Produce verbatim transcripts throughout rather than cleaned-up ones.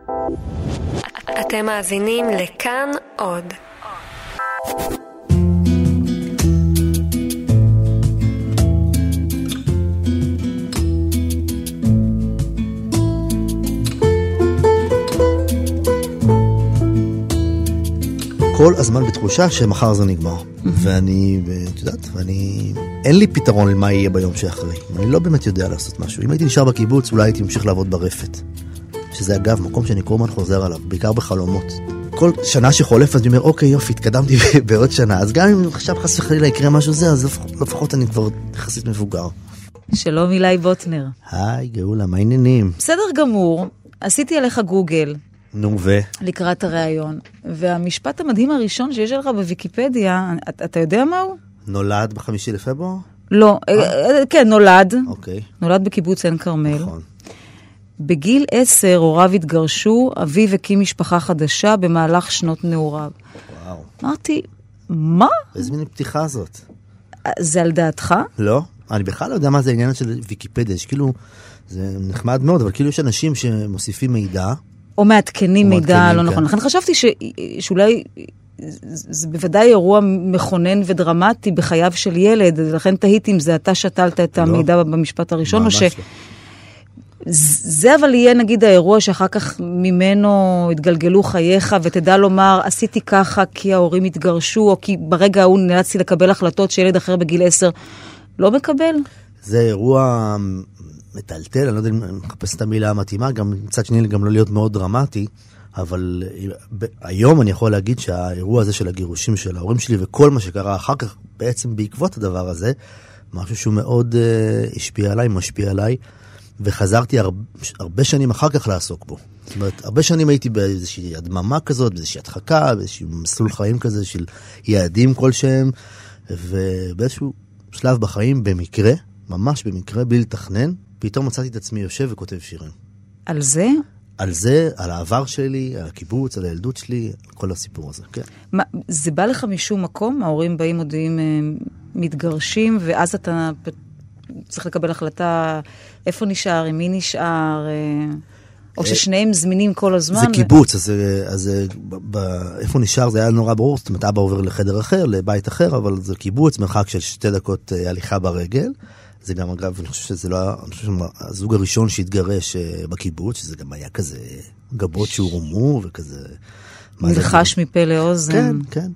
אתם מאזינים לכאן עוד. כל הזמן בתחושה שמחר זה נגמר. ואני, את יודעת, ואני, אין לי פתרון למה יהיה ביום שאחרי. אני לא באמת יודע לעשות משהו. אם הייתי נשאר בקיבוץ, אולי הייתי ממשיך לעבוד ברפת. שזה אגב מקום שאני כל הזמן חוזר עליו, בעיקר בחלומות. כל שנה שחולפת אני אומר, אוקיי, יופי, התקדמתי בעוד שנה. אז גם אם עכשיו חס וחלילה יקרה משהו זה, אז לפחות אני כבר יחסית מבוגר. שלום אילי בוטנר. היי, גאולה, מה העניינים? בסדר גמור. עשיתי עליך גוגל. נו ו? לקראת הרעיון. והמשפט המדהים הראשון שיש לך בוויקיפדיה, אתה, אתה יודע מהו? נולד בחמישי לפברואר? לא, כן, נולד. אוקיי. נולד בקיבוץ עין כרמל. נכון. בגיל עשר הוריו התגרשו, אביו הקים משפחה חדשה במהלך שנות נעוריו. וואו. אמרתי, מה? איזה מין פתיחה זאת? זה על דעתך? לא. אני בכלל לא יודע מה זה העניין של ויקיפדיה. יש כאילו, זה נחמד מאוד, אבל כאילו יש אנשים שמוסיפים מידע. או מעדכנים מידע, לא נכון. לכן חשבתי ש... שאולי זה בוודאי אירוע מכונן ודרמטי בחייו של ילד, לכן תהיתי אם זה אתה שתלת את המידע במשפט הראשון, או ש... זה אבל יהיה נגיד האירוע שאחר כך ממנו התגלגלו חייך, ותדע לומר, עשיתי ככה כי ההורים התגרשו, או כי ברגע ההוא נאלצתי לקבל החלטות שילד אחר בגיל עשר לא מקבל? זה אירוע מטלטל, אני לא יודע אם אני מחפש את המילה המתאימה, גם מצד שני גם לא להיות מאוד דרמטי, אבל היום אני יכול להגיד שהאירוע הזה של הגירושים של ההורים שלי, וכל מה שקרה אחר כך בעצם בעקבות הדבר הזה, משהו שהוא מאוד uh, השפיע עליי, משפיע עליי, וחזרתי הרבה, הרבה שנים אחר כך לעסוק בו. זאת אומרת, הרבה שנים הייתי באיזושהי הדממה כזאת, באיזושהי הדחקה, באיזשהו מסלול חיים כזה של יעדים כלשהם, ובאיזשהו שלב בחיים במקרה, ממש במקרה, בלי לתכנן, פתאום מצאתי את עצמי יושב וכותב שירים. על זה? על זה, על העבר שלי, על הקיבוץ, על הילדות שלי, כל הסיפור הזה, כן. מה, זה בא לך משום מקום? ההורים באים מודיעים, מתגרשים, ואז אתה צריך לקבל החלטה איפה נשאר, עם מי נשאר, או ששניהם זמינים כל הזמן. זה קיבוץ, אז, אז ב, איפה נשאר זה היה נורא ברור, זאת אומרת, אבא עובר לחדר אחר, לבית אחר, אבל זה קיבוץ, מרחק של שתי דקות הליכה ברגל. זה גם, אגב, אני חושב שזה לא, אני חושב שהזוג הראשון שהתגרש בקיבוץ, שזה גם היה כזה גבות שהורמו וכזה... נלחש מפה לאוזן. כן, כן.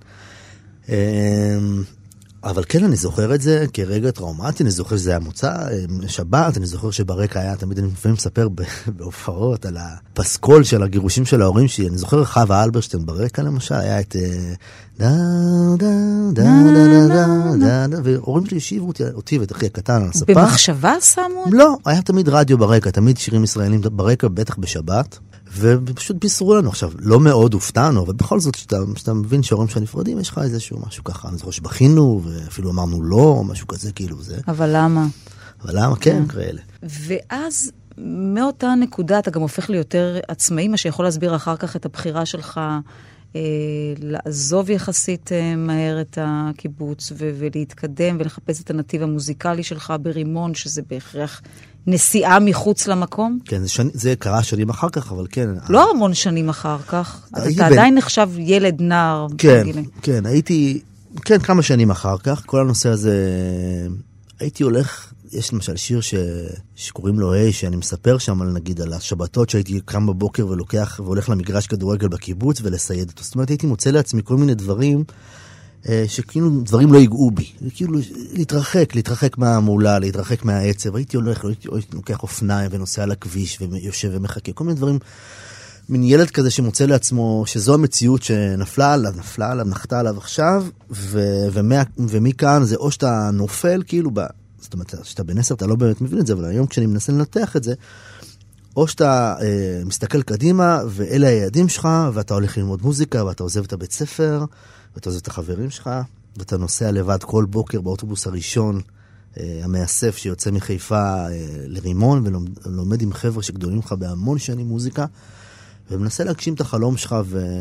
אבל כן, אני זוכר את זה כרגע טראומטי, אני זוכר שזה היה מוצא, שבת, אני זוכר שברקע היה, תמיד אני לפעמים מספר בהופעות על הפסקול של הגירושים של ההורים שלי, אני זוכר חווה אלברשטיין ברקע למשל, היה את דה דה דה דה דה דה, והורים שלי השיבו אותי ואת אחי הקטן על הספה. במחשבה שמו? לא, היה תמיד רדיו ברקע, תמיד שירים ישראלים ברקע, בטח בשבת. ופשוט בישרו לנו. עכשיו, לא מאוד הופתענו, אבל בכל זאת, שאתה, שאתה מבין שההורים שלך נפרדים, יש לך איזשהו משהו ככה. אני זוכר שבחינו, ואפילו אמרנו לא, או משהו כזה, כאילו זה. אבל למה? אבל למה? כן, כאלה. ואז, מאותה נקודה, אתה גם הופך ליותר עצמאי, מה שיכול להסביר אחר כך את הבחירה שלך, אה, לעזוב יחסית אה, מהר את הקיבוץ, ו- ולהתקדם, ולחפש את הנתיב המוזיקלי שלך ברימון, שזה בהכרח... נסיעה מחוץ למקום? כן, זה, שני, זה קרה שנים אחר כך, אבל כן. לא המון שנים אחר כך. אתה בין... עדיין נחשב ילד נער. כן, כן, הייתי, כן, כמה שנים אחר כך. כל הנושא הזה, הייתי הולך, יש למשל שיר ש... שקוראים לו היי, שאני מספר שם, נגיד, על השבתות שהייתי קם בבוקר ולוקח, והולך למגרש כדורגל בקיבוץ ולסייד אותו. זאת אומרת, הייתי מוצא לעצמי כל מיני דברים, שכאילו דברים לא ייגעו בי, כאילו להתרחק, להתרחק מהמעולה, להתרחק מהעצב, הייתי הולך, הייתי לוקח אופניים ונוסע על הכביש ויושב ומחכה, כל מיני דברים, מין ילד כזה שמוצא לעצמו שזו המציאות שנפלה עליו, נפלה עליו, נחתה עליו עכשיו, ומכאן זה או שאתה נופל, כאילו, זאת אומרת, שאתה בן עשר, אתה לא באמת מבין את זה, אבל היום כשאני מנסה לנתח את זה, או שאתה אה, מסתכל קדימה, ואלה היעדים שלך, ואתה הולך ללמוד מוזיקה, ואתה עוזב את הבית ספר, ואתה עוזב את החברים שלך, ואתה נוסע לבד כל בוקר באוטובוס הראשון, אה, המאסף שיוצא מחיפה אה, לרימון, ולומד עם חבר'ה שגדולים לך בהמון שנים מוזיקה, ומנסה להגשים את החלום שלך,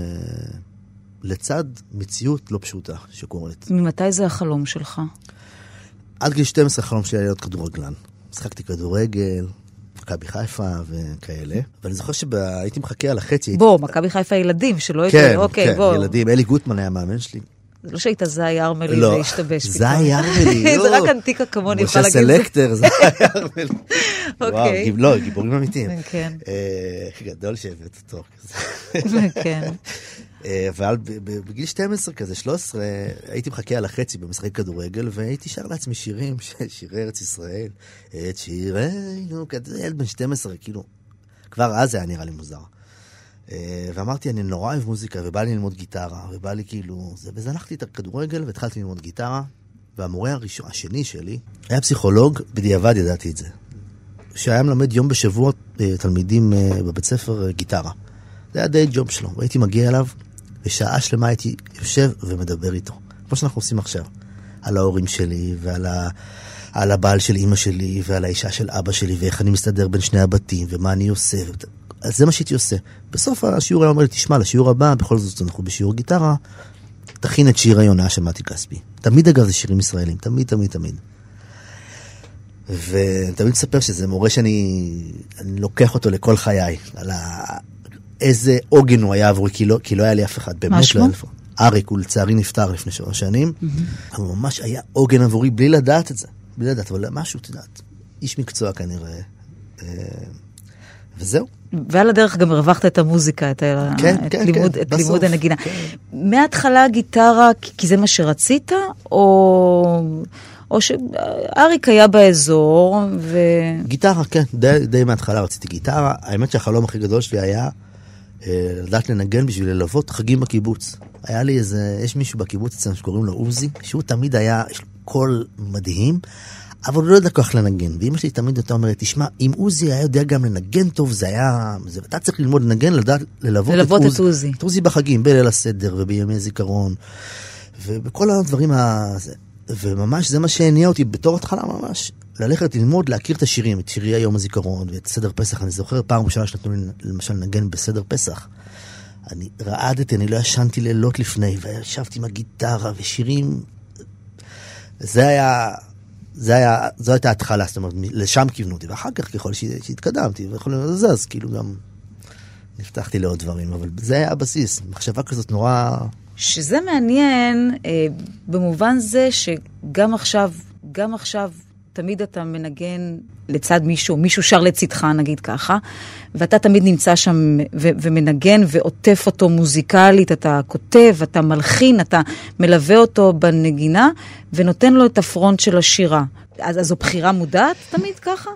ולצד מציאות לא פשוטה שקורית. ממתי זה החלום שלך? עד גיל שתים עשרה החלום שלי היה להיות כדורגלן. משחקתי כדורגל, מכבי חיפה וכאלה. ואני זוכר שהייתי מחכה על החצי. בוא, מכבי חיפה ילדים, שלא כן, יקרה, אוקיי, כן, בוא. ילדים. אלי גוטמן היה מאמן שלי. זה לא שהיית זי ארמלי לא, והשתבש. זי ארמלי, לא. זה רק אנטיקה כמוני, משה יכולה להגיד. סלקטר, זי ארמלי. אוקיי. לא, גיבורים אמיתיים. כן. גדול שהבאת אותו. כן. אבל בגיל שתים עשרה כזה, שלוש עשרה, הייתי מחכה על החצי במשחק כדורגל, והייתי שר לעצמי שירים, שירי ארץ ישראל. את שירינו, כזה ילד בן שתים עשרה, כאילו, כבר אז זה היה נראה לי מוזר. ואמרתי, אני נורא אוהב מוזיקה, ובא לי ללמוד גיטרה, ובא לי כאילו, וזנחתי את הכדורגל, והתחלתי ללמוד גיטרה, והמורה הראשון, השני שלי, היה פסיכולוג, בדיעבד ידעתי את זה, שהיה מלמד יום בשבוע תלמידים בבית ספר גיטרה. זה היה די ג'וב שלו, והייתי מגיע אליו, ושעה שלמה הייתי יושב ומדבר איתו, כמו שאנחנו עושים עכשיו, על ההורים שלי, ועל ה... על הבעל של אמא שלי, ועל האישה של אבא שלי, ואיך אני מסתדר בין שני הבתים, ומה אני עושה, אז זה מה שהייתי עושה. בסוף השיעור היה אומר לי, תשמע, לשיעור הבא, בכל זאת אנחנו בשיעור גיטרה, תכין את שיר היונה של מתי כספי. תמיד אגב זה שירים ישראלים, תמיד, תמיד, תמיד. ותמיד מספר שזה מורה שאני אני לוקח אותו לכל חיי, על ה... איזה עוגן הוא היה עבורי, כי לא, כי לא היה לי אף אחד. מה שמו? אריק, הוא לצערי נפטר לפני שלוש שנים, mm-hmm. אבל ממש היה עוגן עבורי בלי לדעת את זה. בלי לדעת, אבל משהו, תדעת, איש מקצוע כנראה. וזהו. ועל הדרך גם הרווחת את המוזיקה, את, כן, את, כן, לימוד, כן, את בסוף, לימוד הנגינה. כן. מההתחלה גיטרה, כי זה מה שרצית, או, או שאריק היה באזור, ו... גיטרה, כן, די, די מההתחלה רציתי גיטרה. האמת שהחלום הכי גדול שלי היה אה, לדעת לנגן בשביל ללוות חגים בקיבוץ. היה לי איזה, יש מישהו בקיבוץ אצלנו שקוראים לו עוזי, שהוא תמיד היה, יש לו קול מדהים, אבל הוא לא יודע כל כך לנגן. ואמא שלי תמיד אותה אומרת, תשמע, אם עוזי היה יודע גם לנגן טוב, זה היה... זה, אתה צריך ללמוד לנגן, לדעת ללוות, ללוות את, את עוזי. את עוזי בחגים, בליל הסדר ובימי זיכרון. ובכל הדברים ה... וממש זה מה שהניע אותי בתור התחלה ממש. ללכת ללמוד, להכיר את השירים, את שירי היום הזיכרון ואת סדר פסח. אני זוכר פעם ראשונה שנתנו לי למשל לנגן בסדר פסח. אני רעדתי, אני לא ישנתי לילות לפני, וישבתי עם הגיטרה ושירים. זה היה... זה היה, זו הייתה התחלה, זאת אומרת, לשם כיוונו אותי, ואחר כך ככל שהתקדמתי, ויכול להיות לזז, כאילו גם נפתחתי לעוד דברים, אבל זה היה הבסיס, מחשבה כזאת נורא... שזה מעניין, אה, במובן זה שגם עכשיו, גם עכשיו, תמיד אתה מנגן לצד מישהו, מישהו שר לצדך, נגיד ככה, ואתה תמיד נמצא שם ו- ומנגן ועוטף אותו מוזיקלית, אתה כותב, אתה מלחין, אתה מלווה אותו בנגינה, ונותן לו את הפרונט של השירה. אז, אז זו בחירה מודעת תמיד ככה?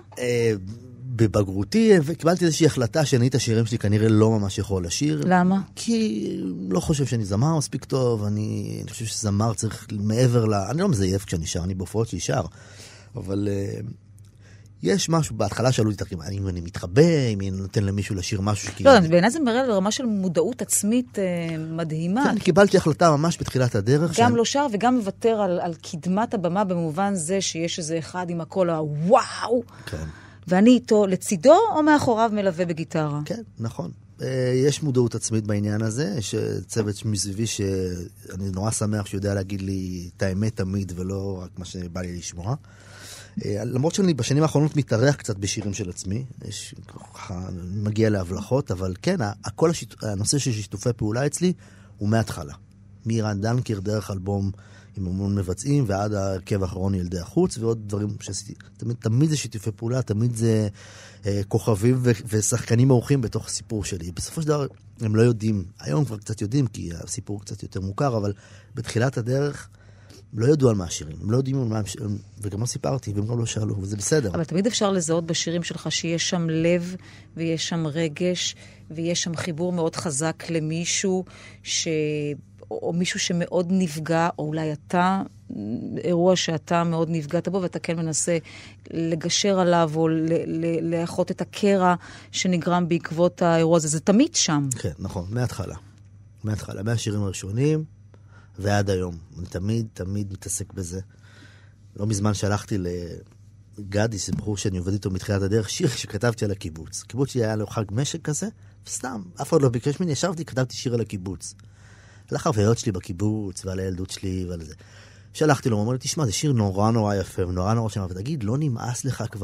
בבגרותי קיבלתי איזושהי החלטה שאני את השירים שלי כנראה לא ממש יכול לשיר. למה? כי לא חושב שאני זמר מספיק טוב, אני, אני חושב שזמר צריך מעבר ל... אני לא מזייף כשאני שר, אני בהופעות שלי שר, אבל uh, יש משהו, בהתחלה שאלו לי, אם אני מתחבא, אם אני נותן למישהו לשיר משהו שכאילו... לא, בעיניי זה מראה לרמה של מודעות עצמית uh, מדהימה. כן, קיבלתי החלטה ממש בתחילת הדרך. גם שאני... לא שר וגם מוותר על, על קדמת הבמה במובן זה שיש איזה אחד עם הקול הוואו. כן. ואני איתו לצידו או מאחוריו מלווה בגיטרה. כן, נכון. יש מודעות עצמית בעניין הזה, יש צוות מסביבי שאני נורא שמח שיודע להגיד לי את האמת תמיד ולא רק מה שבא לי לשמוע. למרות שאני בשנים האחרונות מתארח קצת בשירים של עצמי, יש, מגיע להבלחות, אבל כן, הכל השיט... הנושא של שיתופי פעולה אצלי הוא מההתחלה. מירן דנקר דרך אלבום עם המון מבצעים, ועד ההרכב האחרון ילדי החוץ, ועוד דברים שעשיתי. תמיד, תמיד זה שיתופי פעולה, תמיד זה אה, כוכבים ו- ושחקנים אורחים בתוך הסיפור שלי. בסופו של דבר, הם לא יודעים, היום כבר קצת יודעים, כי הסיפור קצת יותר מוכר, אבל בתחילת הדרך, לא ידעו על מה השירים. הם לא יודעים על מה הם שירים, וגם לא סיפרתי, והם גם לא שאלו, וזה בסדר. אבל תמיד אפשר לזהות בשירים שלך שיש שם לב, ויש שם רגש, ויש שם חיבור מאוד חזק למישהו ש... או מישהו שמאוד נפגע, או אולי אתה, אירוע שאתה מאוד נפגעת בו, ואתה כן מנסה לגשר עליו, או לאחות את הקרע שנגרם בעקבות האירוע הזה. זה תמיד שם. כן, נכון, מההתחלה. מההתחלה, מהשירים הראשונים, ועד היום. אני תמיד, תמיד מתעסק בזה. לא מזמן שלחתי לגדי, זה בחור שאני עובד איתו מתחילת הדרך, שיר שכתבתי על הקיבוץ. הקיבוץ שלי היה לו חג משק כזה, וסתם, אף אחד לא ביקש ממני, ישבתי, כתבתי שיר על הקיבוץ. על החוויות שלי בקיבוץ, ועל הילדות שלי, ועל זה. שלחתי לו, הוא אומר לי, תשמע, זה שיר נורא נורא יפה, ונורא נורא שמה, ותגיד, לא נמאס לך כבר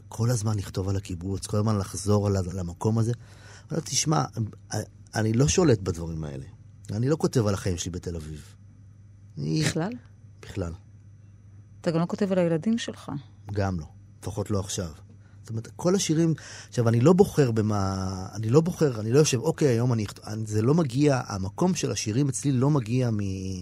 כל הזמן לכתוב על הקיבוץ, כל הזמן לחזור על, על המקום הזה. אבל תשמע, אני לא שולט בדברים האלה. אני לא כותב על החיים שלי בתל אביב. אני... בכלל? בכלל. אתה גם לא כותב על הילדים שלך. גם לא. לפחות לא עכשיו. זאת אומרת, כל השירים... עכשיו, אני לא בוחר במה... אני לא בוחר, אני לא יושב, אוקיי, היום אני... זה לא מגיע, המקום של השירים אצלי לא מגיע מ...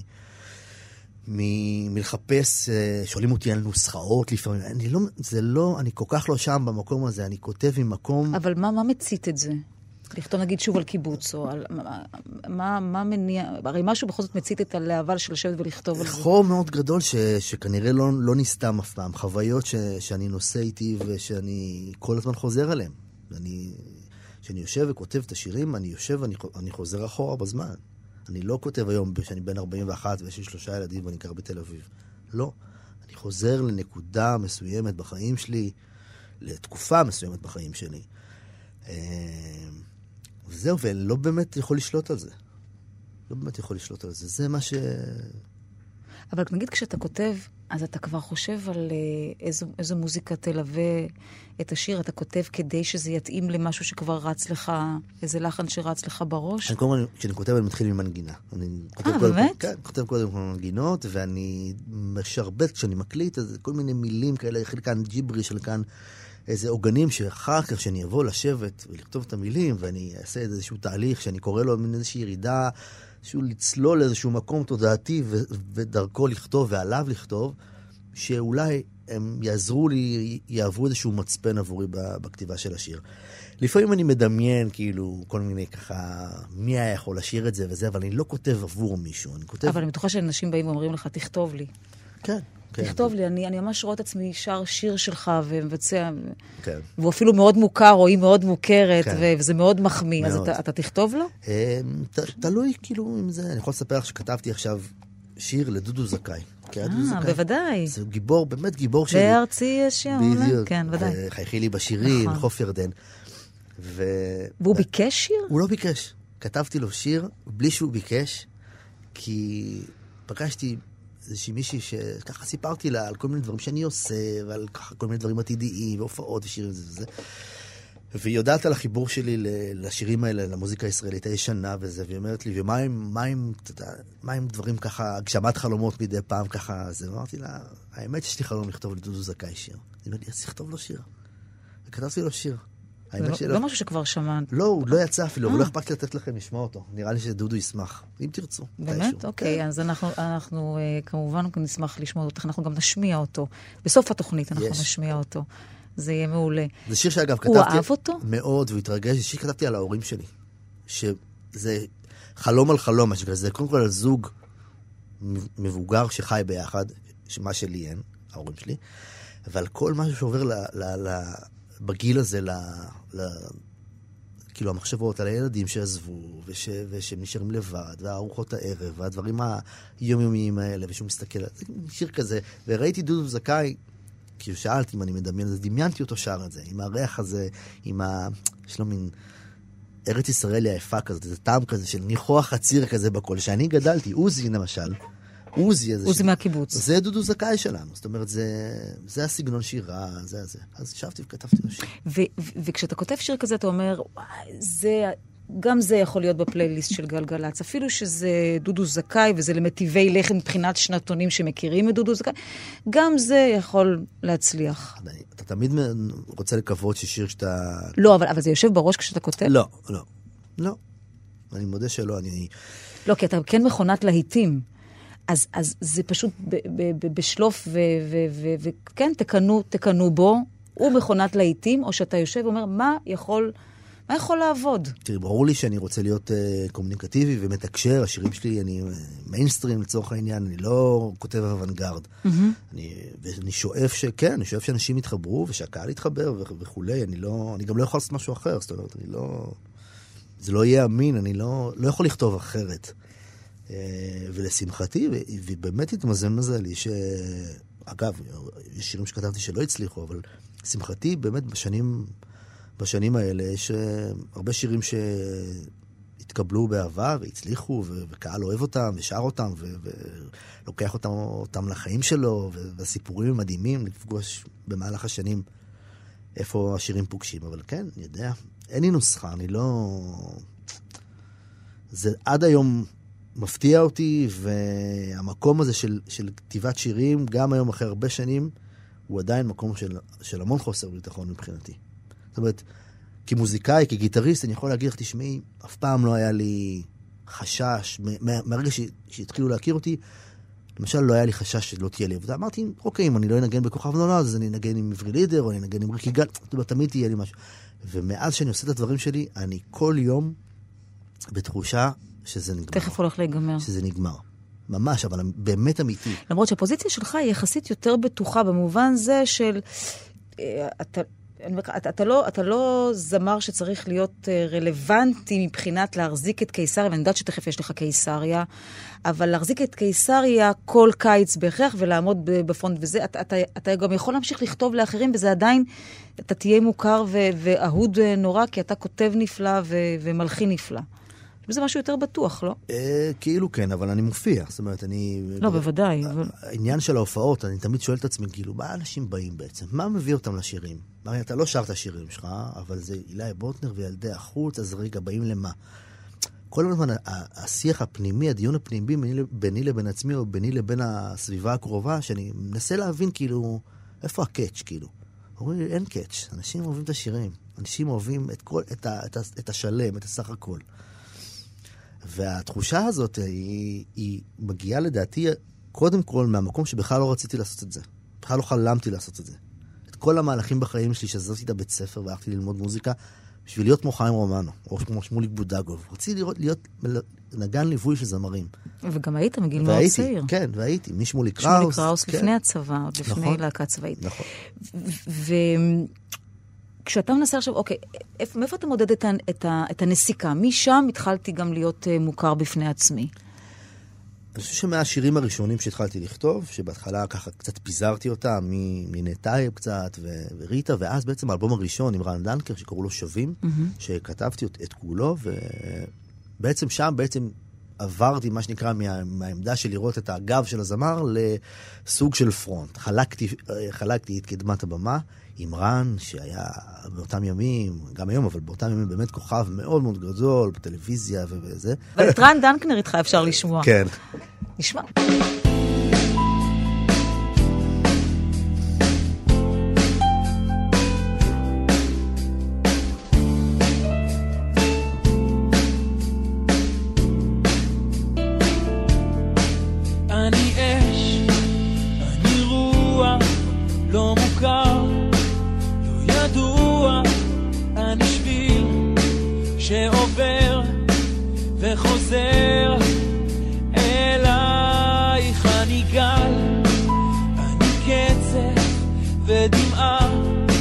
מ... מלחפש, שואלים אותי על נוסחאות לפעמים. אני לא... זה לא... אני כל כך לא שם במקום הזה. אני כותב ממקום... אבל מה, מה מצית את זה? לכתוב נגיד שוב על קיבוץ, או על... מה, מה מניע... הרי משהו בכל זאת מצית את הלהבה של לשבת ולכתוב על זה. חור מאוד גדול ש, שכנראה לא, לא נסתם אף פעם. חוויות ש, שאני נושא איתי ושאני כל הזמן חוזר עליהם. אני, שאני יושב וכותב את השירים, אני יושב ואני אני חוזר אחורה בזמן. אני לא כותב היום שאני בן ארבעים ואחת ויש לי שלושה ילדים ואני גר בתל אביב. לא. אני חוזר לנקודה מסוימת בחיים שלי, לתקופה מסוימת בחיים שלי. וזהו, ולא באמת יכול לשלוט על זה. לא באמת יכול לשלוט על זה. זה מה ש... אבל נגיד כשאתה כותב, אז אתה כבר חושב על איזו, איזו מוזיקה תלווה את השיר, אתה כותב כדי שזה יתאים למשהו שכבר רץ לך, איזה לחן שרץ לך בראש? אני קודם, כשאני כותב, אני מתחיל ממנגינה. אה, באמת? כן, כותב קודם כל מנגינות, ואני משרבט כשאני מקליט, אז כל מיני מילים כאלה, חלקן ג'יברי, חלקן איזה עוגנים שאחר כך שאני אבוא לשבת ולכתוב את המילים, ואני אעשה איזשהו תהליך שאני קורא לו מן איזושהי ירידה, שהוא לצלול לאיזשהו מקום תודעתי ו- ודרכו לכתוב ועליו לכתוב, שאולי הם יעזרו לי, יעברו איזשהו מצפן עבורי בכתיבה של השיר. לפעמים אני מדמיין כאילו כל מיני ככה, מי היה יכול לשיר את זה וזה, אבל אני לא כותב עבור מישהו. אני כותב... אבל אני בטוחה שאנשים באים ואומרים לך, תכתוב לי. כן. תכתוב לי, אני, אני ממש רואה את עצמי שר שיר שלך ומבצע, כן. והוא אפילו מאוד מוכר, או היא מאוד מוכרת, וזה מאוד מחמיא. אז אתה, אתה תכתוב לו? ת, תלוי כאילו עם זה. אני יכול לספר שכתבתי עכשיו שיר לדודו זכאי. אה, בוודאי. זה גיבור, באמת גיבור שלי. בארצי יש ים, כן, ודאי. חייכי לי בשירים, חוף ירדן. והוא ביקש שיר? הוא לא ביקש. כתבתי לו שיר בלי שהוא ביקש, כי פגשתי איזושהי מישהי שככה סיפרתי לה על כל מיני דברים שאני עושה, ועל ככה כל מיני דברים עתידיים, והופעות ושירים וזה וזה. והיא יודעת על החיבור שלי לשירים האלה, למוזיקה הישראלית הישנה וזה, והיא אומרת לי, ומה עם, מה עם, מה עם דברים ככה, הגשמת חלומות מדי פעם ככה, אז אמרתי לה, האמת שיש לי חלום לכתוב לדודו זכאי שיר. היא אומרת לי, אז תכתוב לו שיר. וכתבתי לו שיר. זה לא משהו שכבר שמעת. לא, הוא לא יצא אפילו, אבל לא אכפת לי לתת לכם לשמוע אותו. נראה לי שדודו ישמח, אם תרצו. באמת? אוקיי, אז אנחנו כמובן נשמח לשמוע אותו, אנחנו גם נשמיע אותו. בסוף התוכנית אנחנו נשמיע אותו. זה יהיה מעולה. זה שיר שאגב כתבתי... הוא אהב אותו? מאוד, והוא התרגש. זה שיר כתבתי על ההורים שלי. שזה חלום על חלום, זה קודם כל על זוג מבוגר שחי ביחד, מה שלי אין, ההורים שלי, אבל כל משהו שעובר ל... בגיל הזה, ל, ל, כאילו המחשבות על הילדים שעזבו, וש, ושהם נשארים לבד, והארוחות הערב, והדברים היומיומיים האלה, ושהוא מסתכל על זה, שיר כזה, וראיתי דודו זכאי, כי שאלתי אם אני מדמיין, אז דמיינתי אותו שר את זה, עם הריח הזה, עם ה... יש לו מין ארץ ישראלי היפה כזאת, איזה טעם כזה של ניחוח חציר כזה בכל, שאני גדלתי, עוזי למשל, עוזי הזה. עוזי מהקיבוץ. זה דודו זכאי שלנו. זאת אומרת, זה, זה הסגנון שירה, זה זה. אז ישבתי וכתבתי לו שיר. וכשאתה כותב שיר כזה, אתה אומר, זה, גם זה יכול להיות בפלייליסט של גלגלץ. אפילו שזה דודו זכאי, וזה למטיבי לחם מבחינת שנתונים שמכירים את דודו זכאי, גם זה יכול להצליח. אתה תמיד רוצה לקוות ששיר שאתה... לא, אבל, אבל זה יושב בראש כשאתה כותב? לא, לא. לא. אני מודה שלא, אני... לא, כי אתה כן מכונת להיטים. אז, אז זה פשוט ב, ב, ב, בשלוף, וכן, תקנו, תקנו בו, הוא מכונת לעיתים, או שאתה יושב ואומר, מה יכול, מה יכול לעבוד? תראי, ברור לי שאני רוצה להיות uh, קומוניקטיבי ומתקשר, השירים שלי, אני מיינסטרים לצורך העניין, אני לא כותב אוונגרד. Mm-hmm. אני, ואני שואף שכן, אני שואף שאנשים יתחברו, ושהקהל יתחבר וכולי, אני לא, אני גם לא יכול לעשות משהו אחר, זאת אומרת, אני לא, זה לא יהיה אמין, אני לא, לא יכול לכתוב אחרת. ולשמחתי, ובאמת התמזל מזלי, שאגב, יש שירים שכתבתי שלא הצליחו, אבל שמחתי באמת בשנים, בשנים האלה, יש הרבה שירים שהתקבלו באהבה והצליחו, וקהל אוהב אותם, ושר אותם, ולוקח אותם, אותם לחיים שלו, והסיפורים הם מדהימים לפגוש במהלך השנים איפה השירים פוגשים, אבל כן, אני יודע, אין לי נוסחה, אני לא... זה עד היום מפתיע אותי, והמקום הזה של, של כתיבת שירים, גם היום אחרי הרבה שנים, הוא עדיין מקום של, של המון חוסר ביטחון מבחינתי. זאת אומרת, כמוזיקאי, כגיטריסט, אני יכול להגיד לך, תשמעי, אף פעם לא היה לי חשש, מהרגע שהתחילו להכיר אותי, למשל לא היה לי חשש שלא תהיה לי עבודה. אמרתי, אוקיי, אם אני לא אנגן בכוכב נולד, אז אני אנגן עם עברי לידר, או אני אנגן עם ריקי גל, זאת אומרת, תמיד תהיה לי משהו. ומאז שאני עושה את הדברים שלי, אני כל יום בתחושה שזה נגמר. תכף הולך להיגמר. שזה נגמר. ממש, אבל באמת אמיתי. למרות שהפוזיציה שלך היא יחסית יותר בטוחה, במובן זה של... אתה... אתה, אתה, לא, אתה לא זמר שצריך להיות רלוונטי מבחינת להחזיק את קיסריה, ואני יודעת שתכף יש לך קיסריה, אבל להחזיק את קיסריה כל קיץ בהכרח ולעמוד בפרונט וזה, אתה, אתה, אתה גם יכול להמשיך לכתוב לאחרים, וזה עדיין, אתה תהיה מוכר ו, ואהוד נורא, כי אתה כותב נפלא ו, ומלחין נפלא. זה משהו יותר בטוח, לא? כאילו כן, אבל אני מופיע. זאת אומרת, אני... לא, בוודאי. העניין של ההופעות, אני תמיד שואל את עצמי, כאילו, מה האנשים באים בעצם? מה מביא אותם לשירים? הרי אתה לא שר את השירים שלך, אבל זה אילי בוטנר וילדי החוץ, אז רגע, באים למה? כל הזמן, השיח הפנימי, הדיון הפנימי ביני לבין עצמי, או ביני לבין הסביבה הקרובה, שאני מנסה להבין, כאילו, איפה הקאץ', כאילו? אומרים לי, אין קאץ'. אנשים אוהבים את השירים. אנשים אוהבים את כל, את ה, את ה, את השלם, את הסך הכל. והתחושה הזאת היא, היא מגיעה לדעתי קודם כל מהמקום שבכלל לא רציתי לעשות את זה. בכלל לא חלמתי לעשות את זה. את כל המהלכים בחיים שלי שעזבתי את הבית ספר והלכתי ללמוד מוזיקה בשביל להיות כמו חיים רומנו, או כמו שמוליק בודגוב. רציתי לראות, להיות נגן ליווי של זמרים. וגם היית מגיל מאוד צעיר. כן, והייתי. משמוליק קראוס. שמוליק קראוס כן. לפני הצבא, עוד לפני נכון, להקה צבאית. נכון. ו... כשאתה מנסה עכשיו, אוקיי, מאיפה אתה מודד את, את, את הנסיקה? משם התחלתי גם להיות uh, מוכר בפני עצמי. אני חושב שמהשירים הראשונים שהתחלתי לכתוב, שבהתחלה ככה קצת פיזרתי אותה, מנטייב קצת ו- וריטה, ואז בעצם האלבום הראשון עם רן דנקר, שקראו לו שווים, mm-hmm. שכתבתי את, את כולו, ובעצם שם בעצם עברתי מה שנקרא מה, מהעמדה של לראות את הגב של הזמר לסוג של פרונט. חלקתי, חלקתי את קדמת הבמה, עם רן, שהיה באותם ימים, גם היום, אבל באותם ימים באמת כוכב מאוד מאוד גדול, בטלוויזיה וזה. אבל את רן דנקנר איתך אפשר לשמוע. כן. נשמע. אני אש, אני רוח, לא מוכר. אני שביל שעובר וחוזר אלייך, אני גל, אני קצף ודמעה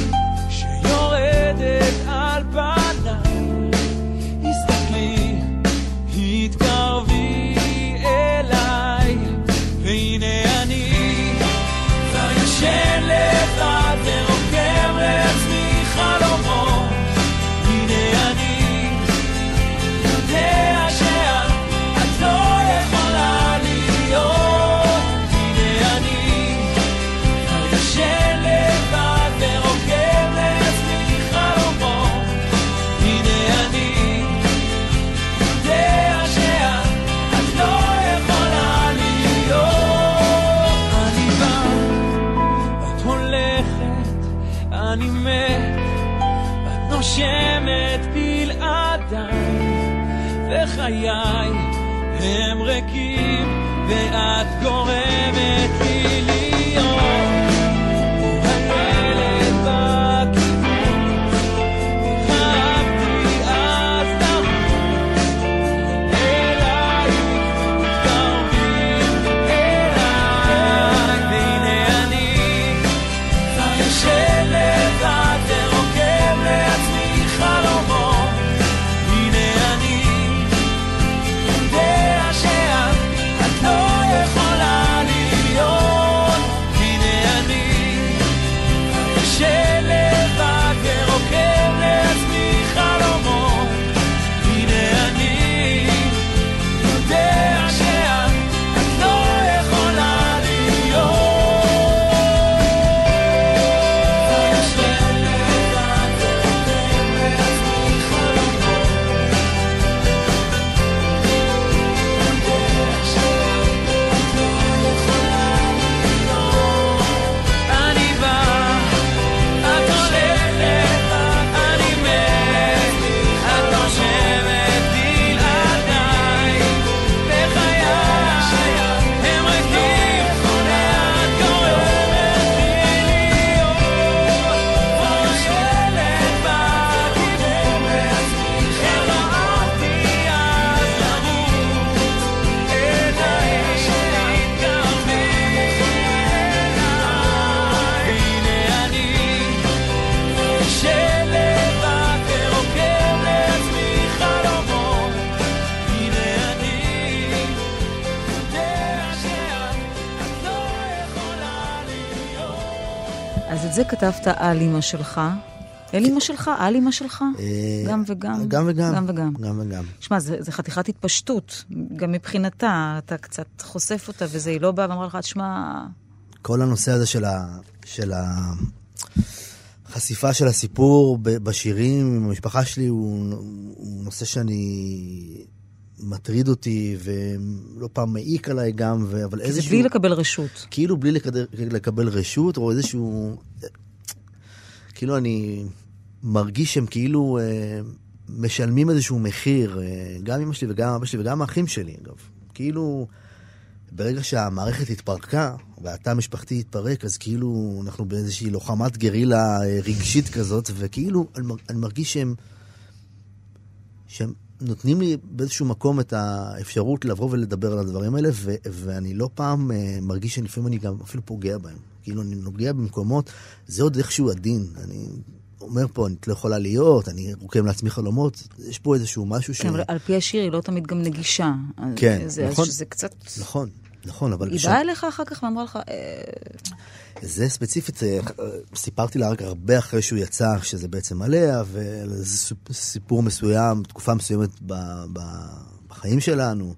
שיורדת על פניי. הסתכלי, התקרבי אליי, והנה אני כבר ישן לבד ורוקם לעצמי חלומות. הנה אני יודע שאת את לא יכולה להיות. הנה אני כבר ישן לבד ורוקם לעצמי חלומות. הנה אני יודע שאת את לא יכולה להיות. אני בא, את הולכת, אני מת, את נושמת בלעדיי, וחיי הם ריקים ואת גורמת לי להיות כמו הילד בקיבוץ. חייבתי אז למות אליי, מתקרבים אליי, והנה אני כבר ישן לבד ורוקם לעצמי חלומות. הנה אני יודע שאת את לא יכולה להיות. זה כתבת על אמא שלך. אל אמא שלך? על אמא שלך? גם וגם? גם וגם. גם וגם. גם וגם. שמע, זה, זה חתיכת התפשטות. גם מבחינתה, אתה קצת חושף אותה, וזה היא לא באה ואמרה לך, תשמע... כל הנושא הזה של ה... של ה... חשיפה של הסיפור בשירים עם המשפחה שלי הוא, הוא נושא שאני מטריד אותי ולא פעם מעיק עליי גם, ו... אבל איזשהו... זה בלי לקבל רשות. כאילו בלי לקבל, לקבל רשות, או איזשהו... כאילו אני מרגיש שהם כאילו אה, משלמים איזשהו מחיר, אה, גם אמא שלי וגם אבא שלי וגם האחים שלי, אגב. כאילו, ברגע שהמערכת התפרקה, והתא המשפחתי התפרק, אז כאילו אנחנו באיזושהי לוחמת גרילה אה, רגשית כזאת, וכאילו אני, אני מרגיש שהם, שהם נותנים לי באיזשהו מקום את האפשרות לבוא ולדבר על הדברים האלה, ו, ואני לא פעם אה, מרגיש שלפעמים אני גם אפילו פוגע בהם. כאילו אני נוגע במקומות, זה עוד איכשהו עדין. אני אומר פה, אני לא יכולה להיות, אני רוקם לעצמי חלומות, יש פה איזשהו משהו ש... כן, אבל על פי השיר היא לא תמיד גם נגישה. כן, זה, נכון. שזה קצת... נכון, נכון, אבל... היא באה אליך אחר כך ואמרה לך... זה ספציפית, סיפרתי לה רק הרבה אחרי שהוא יצא, שזה בעצם עליה, וזה סיפור מסוים, תקופה מסוימת בחיים שלנו.